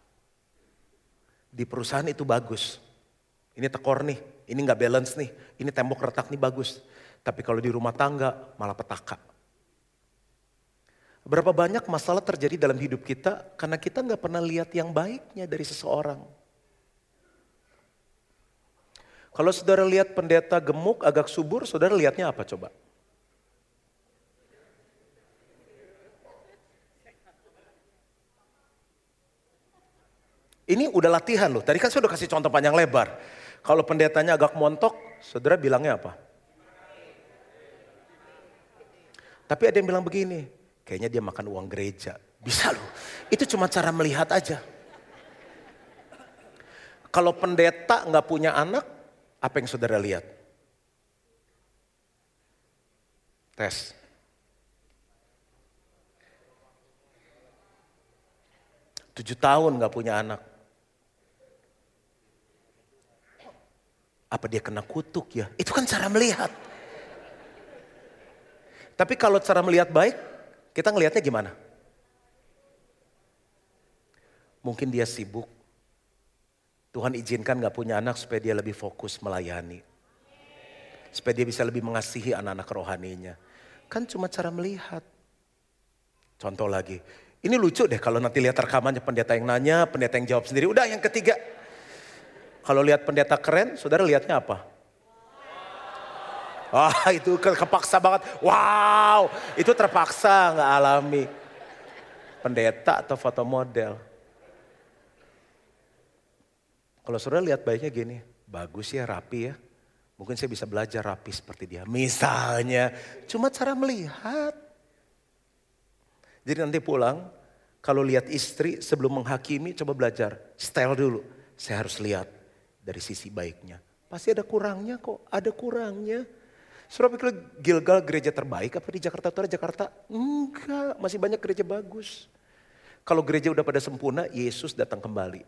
Di perusahaan itu bagus, ini tekor nih, ini gak balance nih, ini tembok retak nih bagus. Tapi kalau di rumah tangga malah petaka. Berapa banyak masalah terjadi dalam hidup kita karena kita gak pernah lihat yang baiknya dari seseorang. Kalau saudara lihat pendeta gemuk agak subur, saudara lihatnya apa coba? Ini udah latihan loh, tadi kan saya udah kasih contoh panjang lebar. Kalau pendetanya agak montok, saudara bilangnya apa? Tapi ada yang bilang begini, kayaknya dia makan uang gereja. Bisa loh, itu cuma cara melihat aja. Kalau pendeta gak punya anak, apa yang saudara lihat? Tes. 7 tahun gak punya anak. Apa dia kena kutuk ya? Itu kan cara melihat. Tapi kalau cara melihat baik, kita ngelihatnya gimana? Mungkin dia sibuk. Tuhan izinkan gak punya anak supaya dia lebih fokus melayani. Supaya dia bisa lebih mengasihi anak-anak rohaninya. Kan cuma cara melihat. Contoh lagi. Ini lucu deh kalau nanti lihat rekamannya pendeta yang nanya, pendeta yang jawab sendiri. Udah yang ketiga. Kalau lihat pendeta keren, saudara lihatnya apa? Wah itu kepaksa banget. Wow itu terpaksa gak alami. Pendeta atau foto model. Kalau saudara lihat baiknya gini. Bagus ya, rapi ya. Mungkin saya bisa belajar rapi seperti dia. Misalnya, cuma cara melihat. Jadi nanti pulang, kalau lihat istri sebelum menghakimi, coba belajar. Style dulu, saya harus lihat dari sisi baiknya. Pasti ada kurangnya kok, ada kurangnya. Saudara pikir Gilgal gereja terbaik apa di Jakarta Utara? Jakarta? Enggak, masih banyak gereja bagus. Kalau gereja udah pada sempurna, Yesus datang kembali.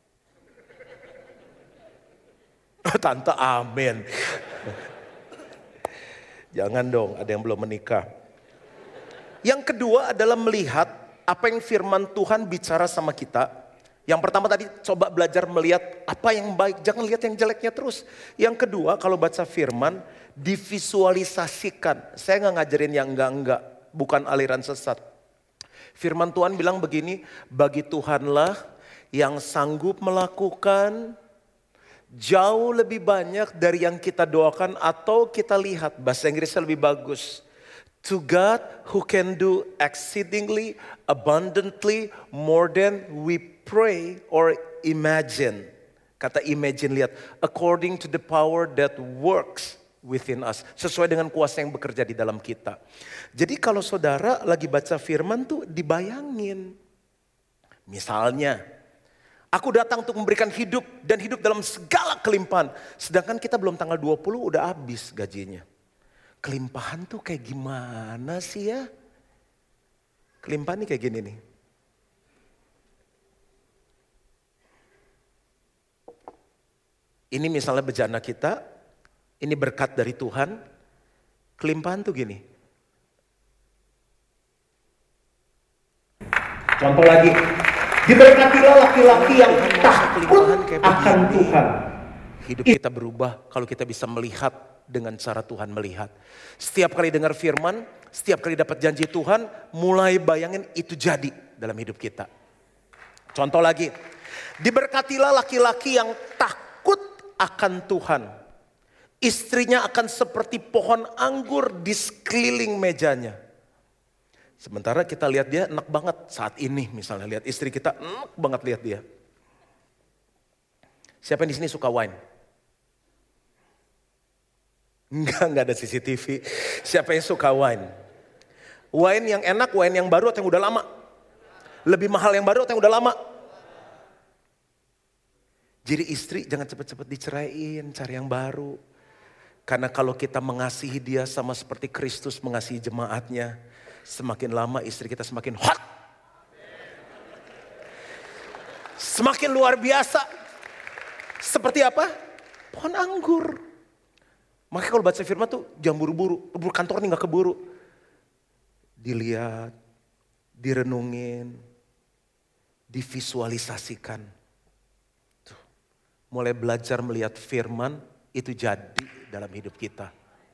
Tante amin. Jangan dong, ada yang belum menikah. Yang kedua adalah melihat apa yang firman Tuhan bicara sama kita. Yang pertama tadi coba belajar melihat apa yang baik, jangan lihat yang jeleknya terus. Yang kedua kalau baca firman divisualisasikan. Saya nggak ngajarin yang enggak, bukan aliran sesat. Firman Tuhan bilang begini, bagi Tuhanlah yang sanggup melakukan jauh lebih banyak dari yang kita doakan atau kita lihat. Bahasa Inggrisnya lebih bagus. To God who can do exceedingly abundantly more than we pray or imagine. Kata imagine, lihat. According to the power that works within us. Sesuai dengan kuasa yang bekerja di dalam kita. Jadi kalau saudara lagi baca firman tuh dibayangin. Misalnya, aku datang untuk memberikan hidup dan hidup dalam segala kelimpahan. Sedangkan kita belum tanggal 20 udah habis gajinya. Kelimpahan tuh kayak gimana sih ya? Kelimpahan nih kayak gini nih. Ini misalnya bejana kita, ini berkat dari Tuhan. Kelimpahan tuh gini. Contoh lagi. Diberkatilah laki-laki yang takut akan Tuhan. Hidup kita berubah kalau kita bisa melihat dengan cara Tuhan melihat. Setiap kali dengar firman, setiap kali dapat janji Tuhan, mulai bayangin itu jadi dalam hidup kita. Contoh lagi, diberkatilah laki-laki yang takut akan Tuhan. Istrinya akan seperti pohon anggur di sekeliling mejanya. Sementara kita lihat dia enak banget saat ini, misalnya lihat istri kita enak banget lihat dia. Siapa yang di sini suka wine? Enggak ada CCTV. Siapa yang suka wine? Wine yang enak, wine yang baru atau yang udah lama? Lebih mahal yang baru atau yang udah lama? Jadi istri jangan cepat-cepat diceraiin, cari yang baru. Karena kalau kita mengasihi dia sama seperti Kristus mengasihi jemaatnya, semakin lama istri kita semakin hot. Semakin luar biasa. Seperti apa? Pohon anggur. Makanya kalau baca firman tuh jangan buru-buru. Kantor nih gak keburu. Dilihat, direnungin, divisualisasikan. Tuh. Mulai belajar melihat firman itu jadi dalam hidup kita.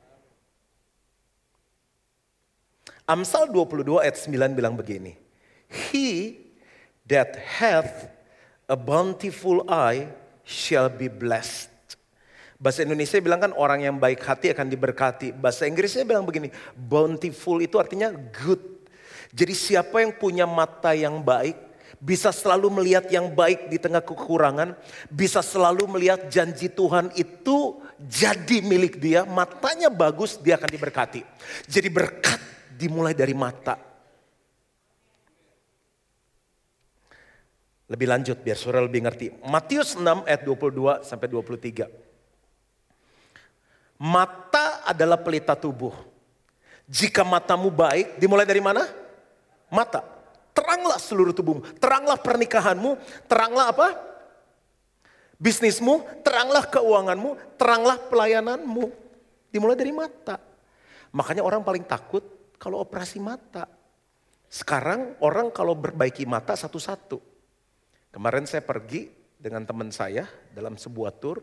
Amsal 22 ayat 9 bilang begini. He that hath a bountiful eye shall be blessed. Bahasa Indonesia bilang kan orang yang baik hati akan diberkati. Bahasa Inggrisnya bilang begini, bountiful itu artinya good. Jadi siapa yang punya mata yang baik, bisa selalu melihat yang baik di tengah kekurangan, bisa selalu melihat janji Tuhan itu jadi milik dia, matanya bagus, dia akan diberkati. Jadi berkat dimulai dari mata. Lebih lanjut biar saudara lebih ngerti. Matius 6 ayat 22 sampai 23. Mata adalah pelita tubuh. Jika matamu baik, dimulai dari mana? Mata. Teranglah seluruh tubuhmu. Teranglah pernikahanmu. Teranglah apa? Bisnismu. Teranglah keuanganmu. Teranglah pelayananmu. Dimulai dari mata. Makanya orang paling takut kalau operasi mata. Sekarang orang kalau perbaiki mata satu-satu. Kemarin saya pergi dengan teman saya dalam sebuah tour.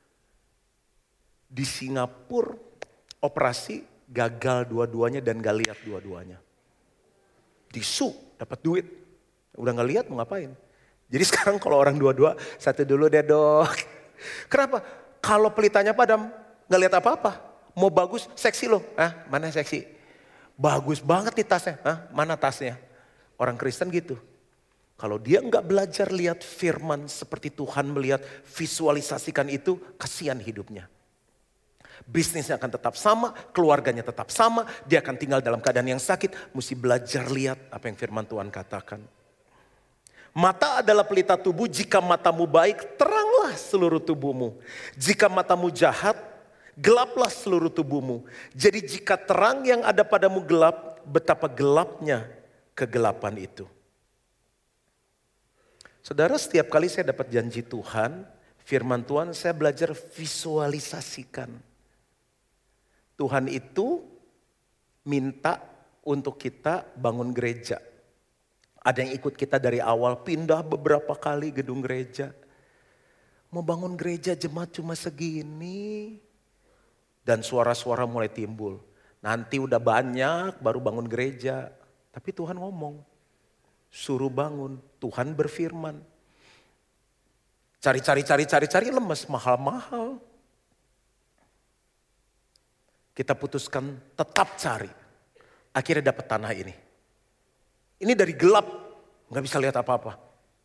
Di Singapura operasi gagal dua-duanya dan gak lihat dua-duanya. Tisu, dapat duit. Udah gak lihat mau ngapain. Jadi sekarang kalau orang dua-dua, satu dulu deh dok. Kenapa? Kalau pelitanya padam, gak lihat apa-apa. Mau bagus, seksi loh. Mana seksi? Bagus banget nih tasnya. Mana tasnya? Orang Kristen gitu. Kalau dia nggak belajar lihat firman seperti Tuhan melihat, visualisasikan itu, kasihan hidupnya. Bisnisnya akan tetap sama, keluarganya tetap sama, dia akan tinggal dalam keadaan yang sakit. Mesti belajar lihat apa yang firman Tuhan katakan. Mata adalah pelita tubuh, jika matamu baik, teranglah seluruh tubuhmu. Jika matamu jahat, gelaplah seluruh tubuhmu. Jadi jika terang yang ada padamu gelap, betapa gelapnya kegelapan itu. Saudara, setiap kali saya dapat janji Tuhan, firman Tuhan, saya belajar visualisasikan. Tuhan itu minta untuk kita bangun gereja. Ada yang ikut kita dari awal, pindah beberapa kali gedung gereja. Mau bangun gereja jemaat cuma segini. Dan suara-suara mulai timbul. Nanti udah banyak baru bangun gereja. Tapi Tuhan ngomong, suruh bangun. Tuhan berfirman. Cari lemes, mahal-mahal. Kita putuskan tetap cari. Akhirnya dapat tanah ini. Ini dari gelap, gak bisa lihat apa-apa.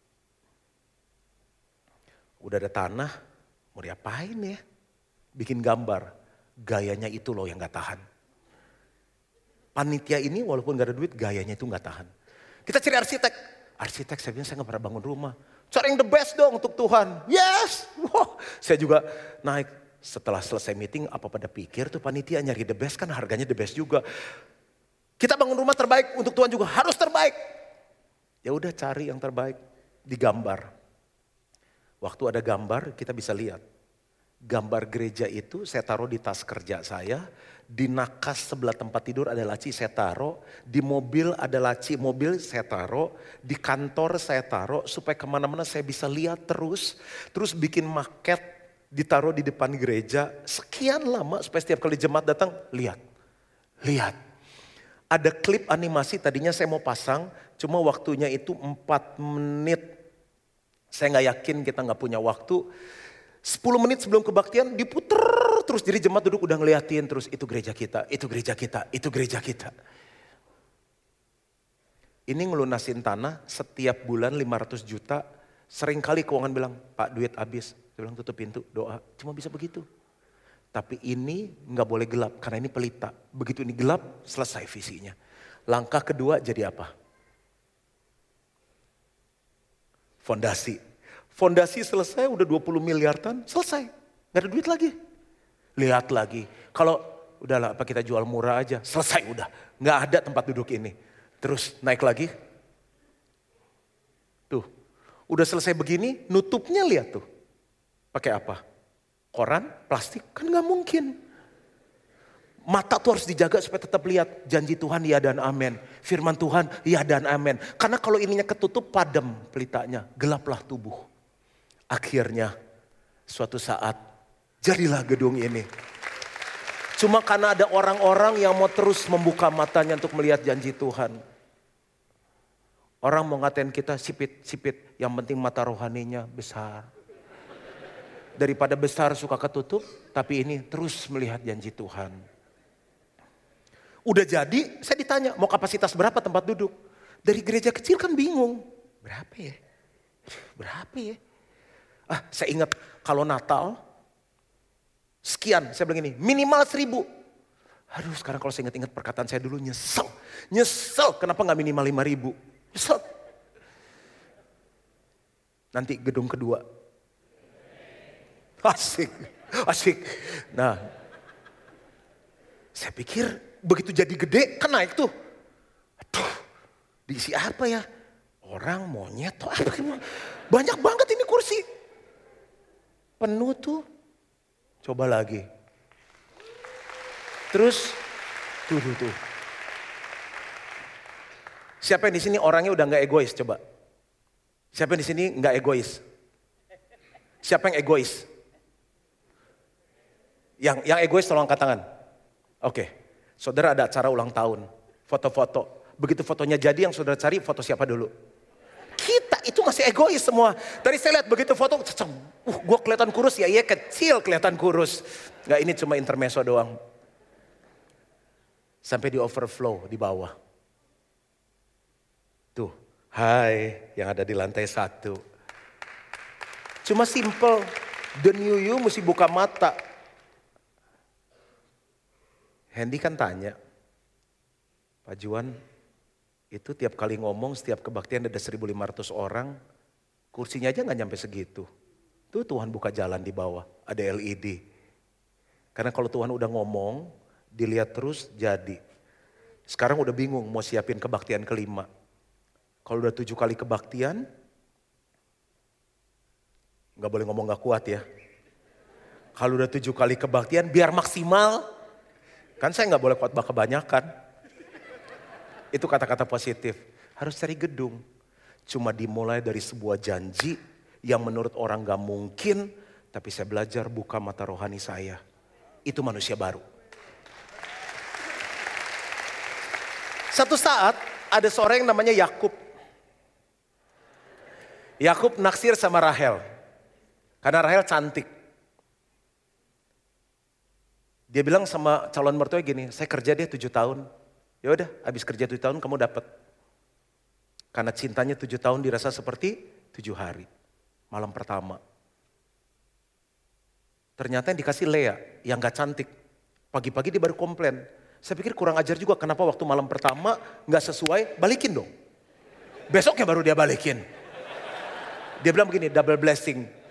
Udah ada tanah, mau diapain ya? Bikin gambar, gayanya itu loh yang gak tahan. Panitia ini walaupun gak ada duit, gayanya itu gak tahan. Kita cari arsitek. Arsitek, saya bilang saya gak pernah bangun rumah. Cari yang the best dong untuk Tuhan. Yes! Wow. Saya juga naik. Setelah selesai meeting, apa pada pikir tuh panitia nyari the best kan harganya the best juga. Kita bangun rumah terbaik untuk Tuhan juga harus terbaik. Ya udah cari yang terbaik, digambar. Waktu ada gambar kita bisa lihat. Gambar gereja itu saya taruh di tas kerja saya. Di nakas sebelah tempat tidur ada laci saya taruh. Di mobil ada laci mobil saya taruh. Di kantor saya taruh supaya kemana-mana saya bisa lihat terus. Terus bikin maket ditaruh di depan gereja. Sekian lama supaya setiap kali jemaat datang lihat. Lihat. Ada klip animasi tadinya saya mau pasang. Cuma waktunya itu 4 menit. Saya gak yakin kita gak punya waktu. 10 menit sebelum kebaktian diputer terus. Jadi jemaat duduk udah ngeliatin terus. Itu gereja kita, itu gereja kita, itu gereja kita. Ini ngelunasin tanah setiap bulan 500 juta. Seringkali keuangan bilang, Pak duit habis. Saya bilang tutup pintu, doa. Cuma bisa begitu. Tapi ini gak boleh gelap karena ini pelita. Begitu ini gelap selesai visinya. Langkah kedua jadi apa? Fondasi. Fondasi selesai udah 20 miliaran selesai. Gak ada duit lagi. Lihat lagi. Kalau udahlah apa kita jual murah aja. Selesai udah. Gak ada tempat duduk ini. Terus naik lagi. Tuh. Udah selesai begini nutupnya lihat tuh. Pakai apa? Koran, plastik kan gak mungkin. Mata tuh harus dijaga supaya tetap lihat. Janji Tuhan ya dan amin. Firman Tuhan ya dan amin. Karena kalau ininya ketutup padam pelitanya. Gelaplah tubuh. Akhirnya suatu saat jadilah gedung ini. Cuma karena ada orang-orang yang mau terus membuka matanya untuk melihat janji Tuhan. Orang mau ngatain kita sipit-sipit, yang penting mata rohaninya besar. Daripada besar suka ketutup, tapi ini terus melihat janji Tuhan. Udah jadi, saya ditanya mau kapasitas berapa tempat duduk. Dari gereja kecil kan bingung. Berapa ya? Berapa ya? Saya ingat kalau Natal, sekian, saya bilang ini, minimal 1.000. Aduh sekarang kalau saya ingat-ingat perkataan saya dulu nyesel. Nyesel kenapa gak minimal 5.000. Nyesel. Nanti gedung kedua. Asik. Nah, saya pikir begitu jadi gede kan naik tuh. Aduh, Diisi apa ya? Orang, monyet, atau apa? Banyak banget ini kursi. Penuh tuh. Coba lagi. Terus, tuh. Siapa yang di sini orangnya udah nggak egois? Coba. Siapa yang di sini nggak egois? Siapa yang egois? Yang egois tolong angkat tangan. Oke. Saudara ada acara ulang tahun. Foto-foto. Begitu fotonya jadi yang saudara cari foto siapa dulu? Kita itu masih egois semua. Tadi saya lihat begitu foto. Gue kelihatan kurus ya. Iya kecil kelihatan kurus. Nggak, ini cuma intermezzo doang. Sampai di overflow di bawah. Tuh. Hai yang ada di lantai 1. Cuma simple. The new you mesti buka mata. Hendy kan tanya, Pak Juan, itu tiap kali ngomong setiap kebaktian ada 1.500 orang, kursinya aja gak nyampe segitu. Tuh Tuhan buka jalan di bawah, ada LED. Karena kalau Tuhan udah ngomong, dilihat terus jadi. Sekarang udah bingung mau siapin kebaktian kelima. Kalau udah 7 kali kebaktian, gak boleh ngomong gak kuat ya. Kalau udah 7 kali kebaktian biar maksimal. Kan saya nggak boleh khotbah kebanyakan. Itu kata-kata positif. Harus cari gedung. Cuma dimulai dari sebuah janji yang menurut orang gak mungkin. Tapi saya belajar buka mata rohani saya. Itu manusia baru. Satu saat ada seorang yang namanya Yakub. Yakub naksir sama Rahel. Karena Rahel cantik. Dia bilang sama calon mertua gini, saya kerja dia 7 tahun. Ya udah, habis kerja 7 tahun kamu dapat. Karena cintanya 7 tahun dirasa seperti 7 hari. Malam pertama. Ternyata yang dikasih Lea, yang gak cantik. Pagi-pagi dia baru komplain. Saya pikir kurang ajar juga, kenapa waktu malam pertama gak sesuai, balikin dong. Besoknya baru dia balikin. Dia bilang begini, double blessing.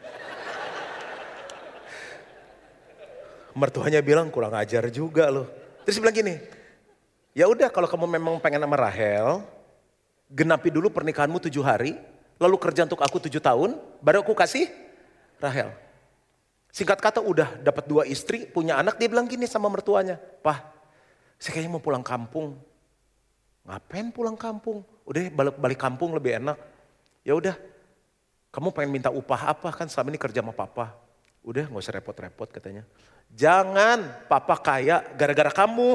Mertuanya bilang kurang ajar juga loh. Terus dia bilang gini, ya udah kalau kamu memang pengen sama Rahel, genapi dulu pernikahanmu 7 hari, lalu kerja untuk aku 7 tahun, baru aku kasih Rahel. Singkat kata udah dapat 2 istri, punya anak, dia bilang gini sama mertuanya, "Pah, saya kayaknya mau pulang kampung." "Ngapain pulang kampung? Udah balik kampung lebih enak." "Ya udah, kamu pengen minta upah apa, kan selama ini kerja sama papa." "Udah gak usah repot-repot," katanya. "Jangan, papa kaya gara-gara kamu."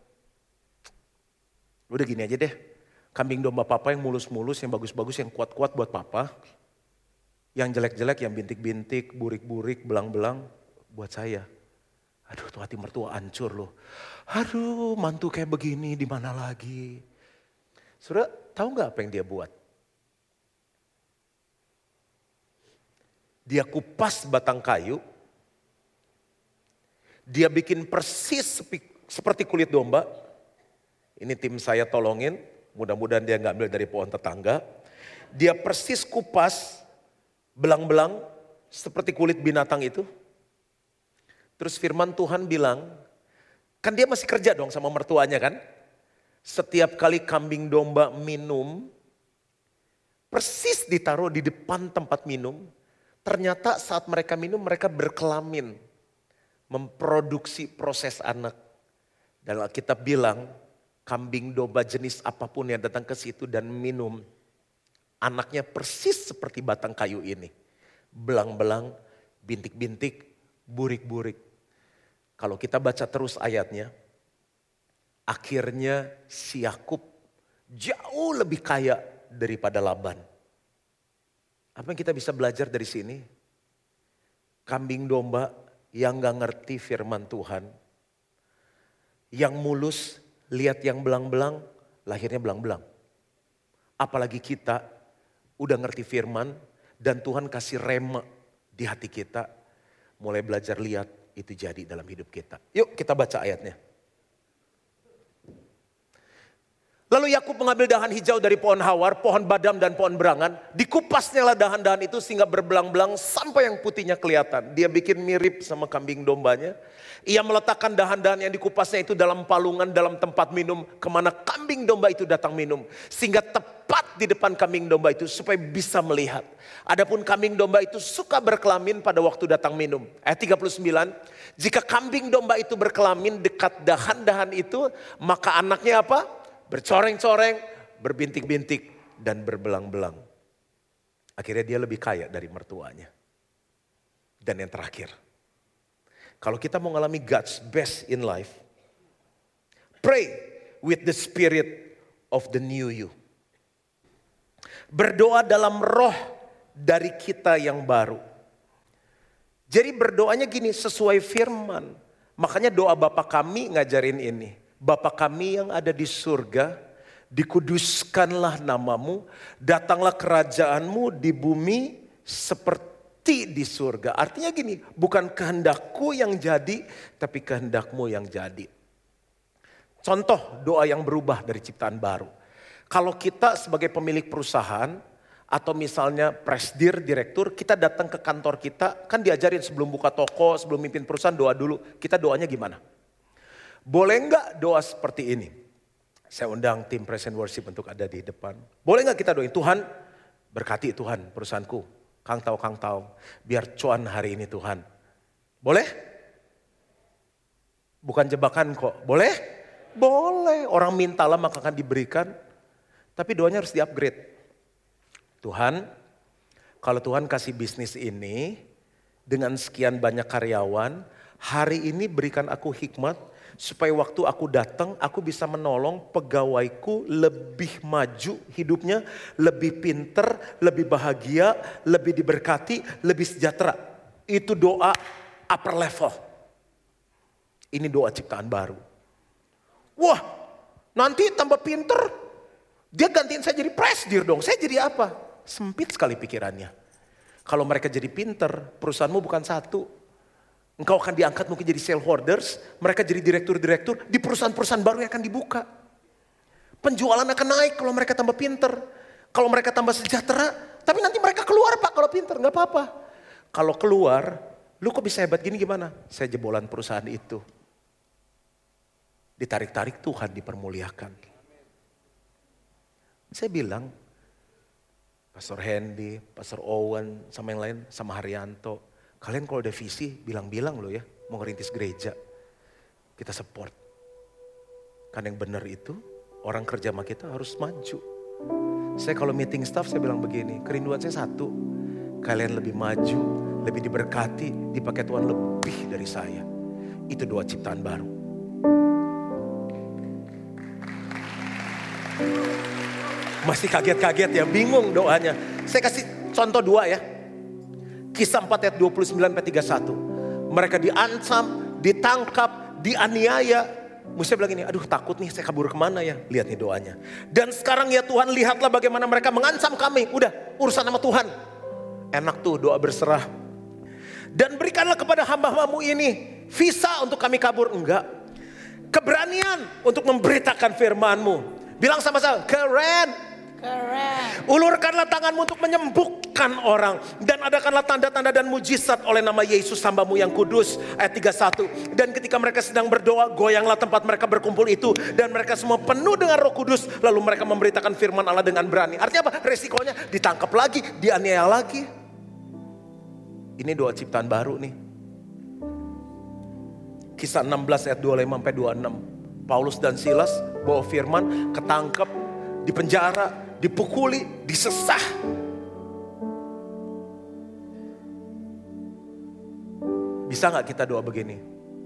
Udah gini aja deh, kambing domba papa yang mulus-mulus, yang bagus-bagus, yang kuat-kuat buat papa. Yang jelek-jelek, yang bintik-bintik, burik-burik, belang-belang buat saya. Aduh, tuh hati mertua hancur loh. Aduh, mantu kayak begini di mana lagi? Saudara, tahu nggak apa yang dia buat? Dia kupas batang kayu. Dia bikin persis seperti kulit domba. Ini tim saya tolongin, mudah-mudahan dia nggak ambil dari pohon tetangga. Dia persis kupas, belang-belang seperti kulit binatang itu. Terus firman Tuhan bilang, kan dia masih kerja dong sama mertuanya kan. Setiap kali kambing domba minum, persis ditaruh di depan tempat minum. Ternyata saat mereka minum mereka berkelamin. Memproduksi proses anak. Dan Alkitab bilang kambing domba jenis apapun yang datang ke situ dan minum. Anaknya persis seperti batang kayu ini. Belang-belang, bintik-bintik, burik-burik. Kalau kita baca terus ayatnya. Akhirnya si Yakub jauh lebih kaya daripada Laban. Apa yang kita bisa belajar dari sini? Kambing domba yang gak ngerti firman Tuhan. Yang mulus, lihat yang belang-belang, lahirnya belang-belang. Apalagi kita udah ngerti firman dan Tuhan kasih rema di hati kita. Mulai belajar lihat itu jadi dalam hidup kita. Yuk kita baca ayatnya. Lalu Yakub mengambil dahan hijau dari pohon hawar, pohon badam dan pohon berangan. Dikupasnya lah dahan-dahan itu sehingga berbelang-belang sampai yang putihnya kelihatan. Dia bikin mirip sama kambing dombanya. Ia meletakkan dahan-dahan yang dikupasnya itu dalam palungan, dalam tempat minum. Kemana kambing domba itu datang minum. Sehingga tepat di depan kambing domba itu supaya bisa melihat. Adapun kambing domba itu suka berkelamin pada waktu datang minum. Ayat 39, jika kambing domba itu berkelamin dekat dahan-dahan itu, maka anaknya apa? Bercoreng-coreng, berbintik-bintik, dan berbelang-belang. Akhirnya dia lebih kaya dari mertuanya. Dan yang terakhir, kalau kita mau mengalami God's best in life, pray with the spirit of the new you. Berdoa dalam roh dari kita yang baru. Jadi berdoanya gini, sesuai firman. Makanya doa Bapa kami ngajarin ini. Bapa kami yang ada di surga, dikuduskanlah namamu, datanglah kerajaanmu di bumi seperti di surga. Artinya gini, bukan kehendakku yang jadi, tapi kehendakmu yang jadi. Contoh doa yang berubah dari ciptaan baru. Kalau kita sebagai pemilik perusahaan, atau misalnya presidir, direktur, kita datang ke kantor kita, kan diajarin sebelum buka toko, sebelum mimpin perusahaan doa dulu. Kita doanya gimana? Boleh enggak doa seperti ini? Saya undang tim Praise and Worship untuk ada di depan. Boleh enggak kita doain, Tuhan berkati Tuhan perusahaanku. Kang tahu, biar cuan hari ini Tuhan. Boleh? Bukan jebakan kok, boleh? Boleh, orang mintalah maka akan diberikan. Tapi doanya harus di-upgrade. Tuhan, kalau Tuhan kasih bisnis ini dengan sekian banyak karyawan, hari ini berikan aku hikmat, supaya waktu aku datang, aku bisa menolong pegawaiku lebih maju hidupnya, lebih pinter, lebih bahagia, lebih diberkati, lebih sejahtera. Itu doa upper level. Ini doa ciptaan baru. Wah, nanti tambah pinter, dia gantiin saya jadi presidir dong. Saya jadi apa? Sempit sekali pikirannya. Kalau mereka jadi pinter, perusahaanmu bukan satu. Engkau akan diangkat mungkin jadi shareholders, mereka jadi direktur-direktur di perusahaan-perusahaan baru yang akan dibuka. Penjualan akan naik kalau mereka tambah pinter. Kalau mereka tambah sejahtera, tapi nanti mereka keluar Pak kalau pinter, gak apa-apa. Kalau keluar, lu kok bisa hebat gini gimana? Saya jebolan perusahaan itu. Ditarik-tarik Tuhan dipermuliakan. Saya bilang, Pastor Hendy, Pastor Owen, sama yang lain, sama Haryanto. Kalian kalau ada visi, bilang-bilang loh ya, mau ngerintis gereja. Kita support. Kan yang benar itu, orang kerja sama kita harus maju. Saya kalau meeting staff, saya bilang begini, kerinduan saya satu. Kalian lebih maju, lebih diberkati, dipakai Tuhan lebih dari saya. Itu doa ciptaan baru. Masih kaget-kaget ya, bingung doanya. Saya kasih contoh dua ya. Kisah 4 ayat 29 sampai 31. Mereka diancam, ditangkap, dianiaya. Musa bilang ini, aduh takut nih saya kabur kemana ya. Lihat nih doanya. Dan sekarang ya Tuhan, lihatlah bagaimana mereka mengancam kami. Udah urusan sama Tuhan. Enak tuh doa berserah. Dan berikanlah kepada hamba-hambamu ini visa untuk kami kabur. Enggak. Keberanian untuk memberitakan firman-Mu. Bilang sama saya, keren. Ulurkanlah tanganmu untuk menyembuhkan orang. Dan adakanlah tanda-tanda dan mujizat oleh nama Yesus hamba-Mu yang kudus. Ayat 31. Dan ketika mereka sedang berdoa, goyanglah tempat mereka berkumpul itu. Dan mereka semua penuh dengan Roh Kudus. Lalu mereka memberitakan firman Allah dengan berani. Artinya apa? Resikonya ditangkap lagi, dianiaya lagi. Ini doa ciptaan baru nih. Kisah 16 ayat 25 sampai 26. Paulus dan Silas bawa firman, ketangkep, dipenjara, dipukuli, disesah. Bisa gak kita doa begini?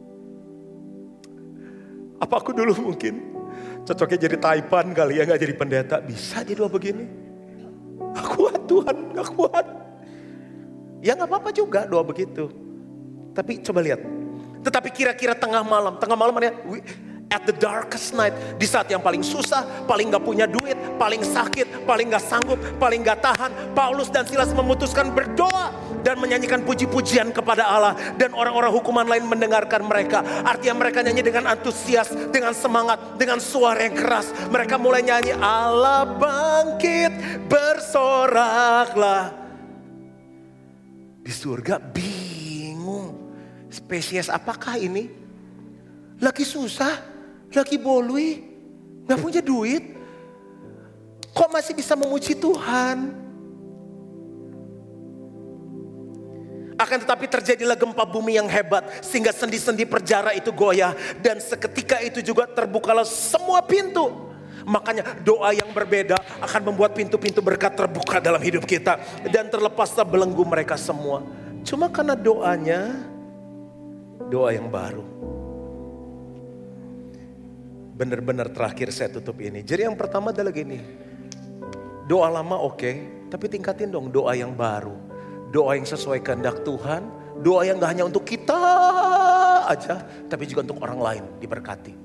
Apa aku dulu mungkin cocoknya jadi taipan kali ya, gak jadi pendeta? Bisa dia doa begini? Gak kuat Tuhan, gak kuat. Ya gak apa-apa juga doa begitu. Tapi coba lihat. Tetapi kira-kira tengah malam ya, at the darkest night, di saat yang paling susah, paling gak punya duit, paling sakit, paling gak sanggup, paling gak tahan, Paulus dan Silas memutuskan berdoa dan menyanyikan puji-pujian kepada Allah. Dan orang-orang hukuman lain mendengarkan mereka. Artinya mereka nyanyi dengan antusias, dengan semangat, dengan suara yang keras. Mereka mulai nyanyi, Allah bangkit, bersoraklah. Di surga bingung, spesies apakah ini? Lagi susah, lagi bolui, gak punya duit, kok masih bisa memuji Tuhan? Akan tetapi terjadilah gempa bumi yang hebat, sehingga sendi-sendi penjara itu goyah. Dan seketika itu juga terbukalah semua pintu. Makanya doa yang berbeda akan membuat pintu-pintu berkat terbuka dalam hidup kita. Dan terlepaslah belenggu mereka semua. Cuma karena doanya, doa yang baru. Benar-benar terakhir saya tutup ini. Jadi yang pertama adalah gini. Doa lama oke, tapi tingkatin dong doa yang baru. Doa yang sesuai kehendak Tuhan. Doa yang gak hanya untuk kita aja, tapi juga untuk orang lain diberkati.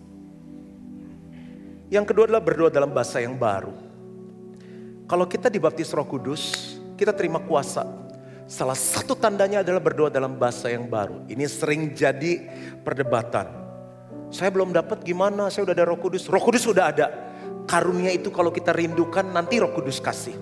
Yang kedua adalah berdoa dalam bahasa yang baru. Kalau kita dibaptis Roh Kudus, kita terima kuasa. Salah satu tandanya adalah berdoa dalam bahasa yang baru. Ini sering jadi perdebatan. Saya belum dapat gimana, saya udah ada Roh Kudus. Roh Kudus sudah ada. Karunia itu kalau kita rindukan nanti Roh Kudus kasih.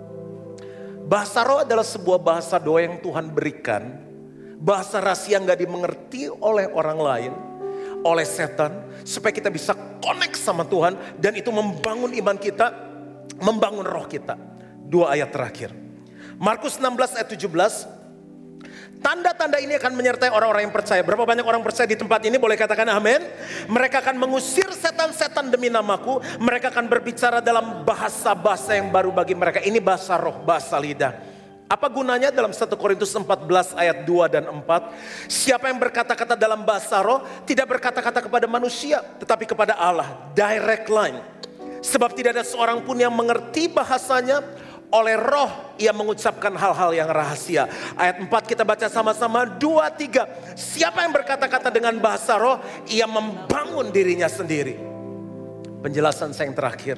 Bahasa roh adalah sebuah bahasa doa yang Tuhan berikan. Bahasa rahasia yang gak dimengerti oleh orang lain, oleh setan. Supaya kita bisa connect sama Tuhan. Dan itu membangun iman kita, membangun roh kita. 2 ayat terakhir. Markus 16 ayat 17. Tanda-tanda ini akan menyertai orang-orang yang percaya. Berapa banyak orang percaya di tempat ini? Boleh katakan amin. Mereka akan mengusir setan-setan demi namaku. Mereka akan berbicara dalam bahasa-bahasa yang baru bagi mereka. Ini bahasa roh, bahasa lidah. Apa gunanya dalam 1 Korintus 14 ayat 2 dan 4? Siapa yang berkata-kata dalam bahasa roh tidak berkata-kata kepada manusia, tetapi kepada Allah. Direct line. Sebab tidak ada seorang pun yang mengerti bahasanya. Oleh roh ia mengucapkan hal-hal yang rahasia. Ayat 4 kita baca sama-sama. 2, 3. Siapa yang berkata-kata dengan bahasa roh, ia membangun dirinya sendiri. Penjelasan saya yang terakhir.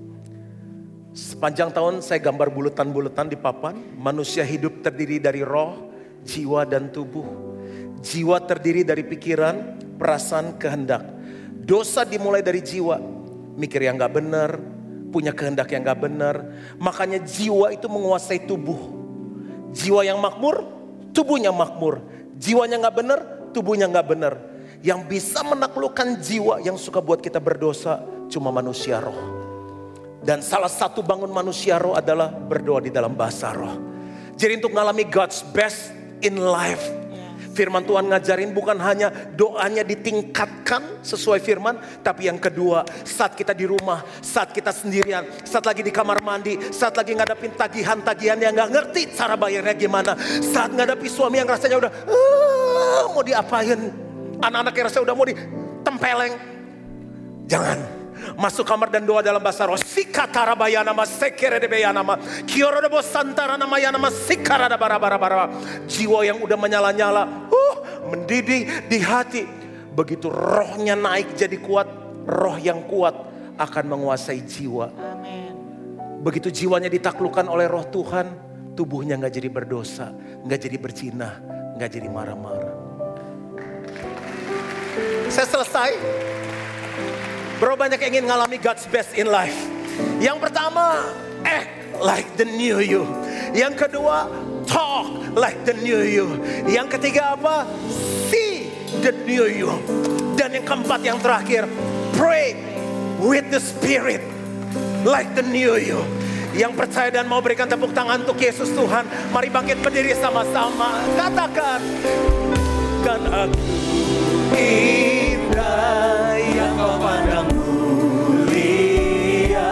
Sepanjang tahun saya gambar bulutan-bulutan di papan. Manusia hidup terdiri dari roh, jiwa dan tubuh. Jiwa terdiri dari pikiran, perasaan, kehendak. Dosa dimulai dari jiwa. Mikir yang gak benar, punya kehendak yang gak benar. Makanya jiwa itu menguasai tubuh. Jiwa yang makmur, tubuhnya makmur. Jiwanya gak benar, tubuhnya gak benar. Yang bisa menaklukkan jiwa yang suka buat kita berdosa cuma manusia roh. Dan salah satu bangun manusia roh adalah berdoa di dalam bahasa roh. Jadi untuk mengalami God's best in life, firman Tuhan ngajarin bukan hanya doanya ditingkatkan sesuai firman. Tapi yang kedua, saat kita di rumah, saat kita sendirian, saat lagi di kamar mandi, saat lagi ngadapin tagihan-tagihan yang gak ngerti cara bayarnya gimana. Saat ngadapi suami yang rasanya udah mau diapain, anak-anak yang rasanya udah mau ditempeleng. Jangan. Masuk kamar dan doa dalam bahasa roh. Sikatara bayanama sekere de bayanama. Kioro de bosantara nama yanama sikara da bara-bara. Jiwa yang udah menyala-nyala, mendidih di hati. Begitu rohnya naik jadi kuat, roh yang kuat akan menguasai jiwa. Amin. Begitu jiwanya ditaklukkan oleh roh Tuhan, tubuhnya gak jadi berdosa, gak jadi berzina, gak jadi marah-marah. Saya selesai. Berapa banyak yang ingin ngalami God's best in life? Yang pertama, act like the new you. Yang kedua, talk like the new you. Yang ketiga apa? See the new you. Dan yang keempat, yang terakhir, pray with the Spirit like the new you. Yang percaya dan mau berikan tepuk tangan untuk Yesus Tuhan, mari bangkit berdiri sama-sama. Katakan, kan aku indah yang kau pandang mulia,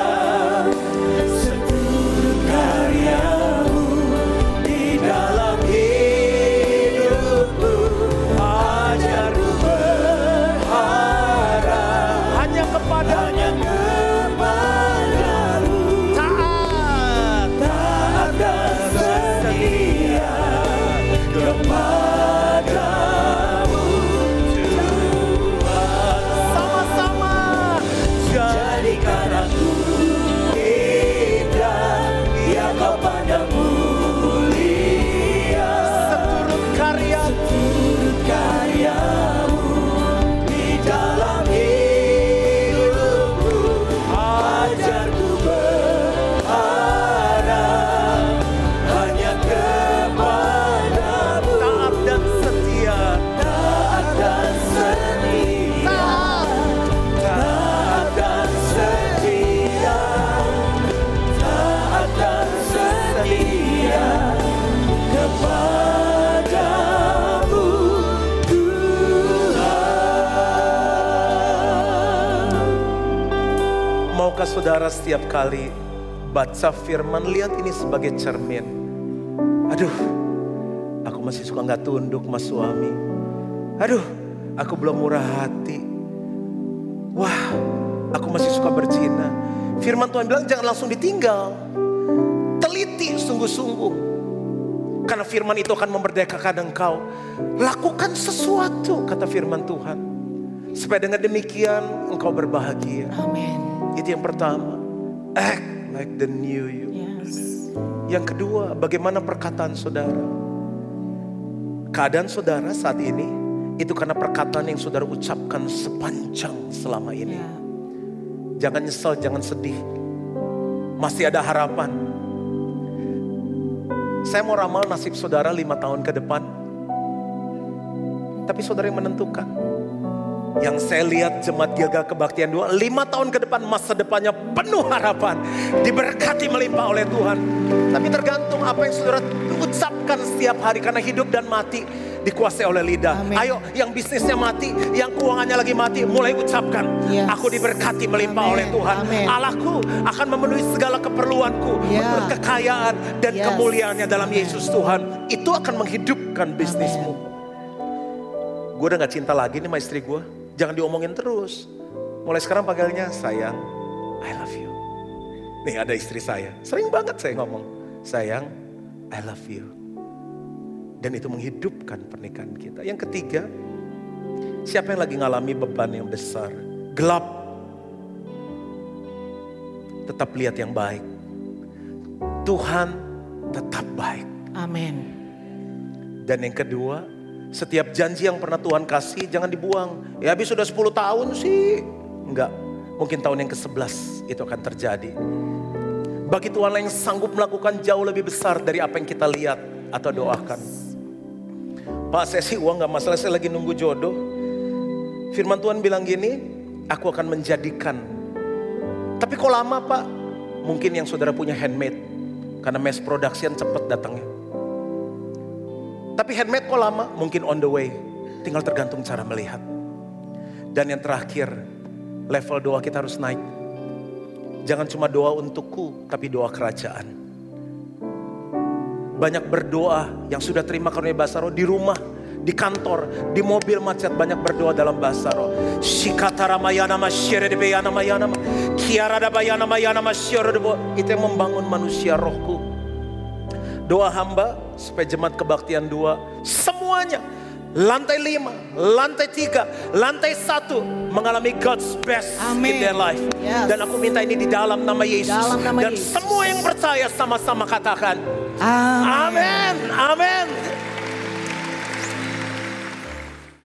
seturut karyamu di dalam hidupku. Ajarku berharap hanya kepadamu, taat dan setia kepadamu. Apakah saudara setiap kali baca firman, lihat ini sebagai cermin? Aduh, aku masih suka gak tunduk sama suami. Aduh, aku belum murah hati. Wah, aku masih suka berzina. Firman Tuhan bilang jangan langsung ditinggal. Teliti sungguh-sungguh. Karena firman itu akan memerdekakan engkau. Lakukan sesuatu, kata firman Tuhan. Supaya dengan demikian engkau berbahagia. Amin. Itu yang pertama. Act like the new you. Yes. Yang kedua, bagaimana perkataan saudara? Keadaan saudara saat ini itu karena perkataan yang saudara ucapkan sepanjang selama ini. Yeah. Jangan nyesel, jangan sedih. Masih ada harapan. Saya mau ramal nasib saudara 5 tahun ke depan. Tapi saudara yang menentukan. Yang saya lihat Jemaat Gilgal Kebaktian 2, 5 tahun ke depan masa depannya penuh harapan. Diberkati melimpah oleh Tuhan. Tapi tergantung apa yang saudara ucapkan setiap hari. Karena hidup dan mati dikuasai oleh lidah. Amin. Ayo yang bisnisnya mati, yang keuangannya lagi mati, mulai ucapkan. Yes. Aku diberkati melimpah Amin. oleh Tuhan. Amin. Allahku akan memenuhi segala keperluanku. Yeah. Kekayaan dan Yes. kemuliaannya dalam Amin. Yesus Tuhan. Itu akan menghidupkan bisnismu. Gue udah gak cinta lagi nih sama istri gue. Jangan diomongin terus. Mulai sekarang panggilnya sayang, I love you. Nih ada istri saya. Sering banget saya ngomong, sayang, I love you. Dan itu menghidupkan pernikahan kita. Yang ketiga, siapa yang lagi ngalami beban yang besar, gelap, tetap lihat yang baik. Tuhan tetap baik. Amin. Dan yang kedua, setiap janji yang pernah Tuhan kasih jangan dibuang. Ya habis sudah 10 tahun sih. Enggak, mungkin tahun yang ke-11 itu akan terjadi. Bagi Tuhan yang sanggup melakukan jauh lebih besar dari apa yang kita lihat atau doakan. Pak, saya sih uang gak masalah, saya lagi nunggu jodoh. Firman Tuhan bilang gini, aku akan menjadikan. Tapi kok lama Pak? Mungkin yang saudara punya handmade. Karena mass production cepat datangnya. Tapi handmade kok lama? Mungkin on the way. Tinggal tergantung cara melihat. Dan yang terakhir, level doa kita harus naik. Jangan cuma doa untukku, tapi doa kerajaan. Banyak berdoa yang sudah terima karunia bahasa roh di rumah, di kantor, di mobil macet, banyak berdoa dalam bahasa roh. Shikatara mayana masyere de bayana mayana kiara da bayana mayana masyere de. Itu yang membangun manusia rohku. Doa hamba supaya Jemaat Kebaktian 2 semuanya lantai 5, lantai 3, lantai 1 mengalami God's best in their life. Yes. Dan aku minta ini di dalam nama Yesus. Dalam nama Dan Yesus. semua yang percaya sama-sama katakan Amin. Amin.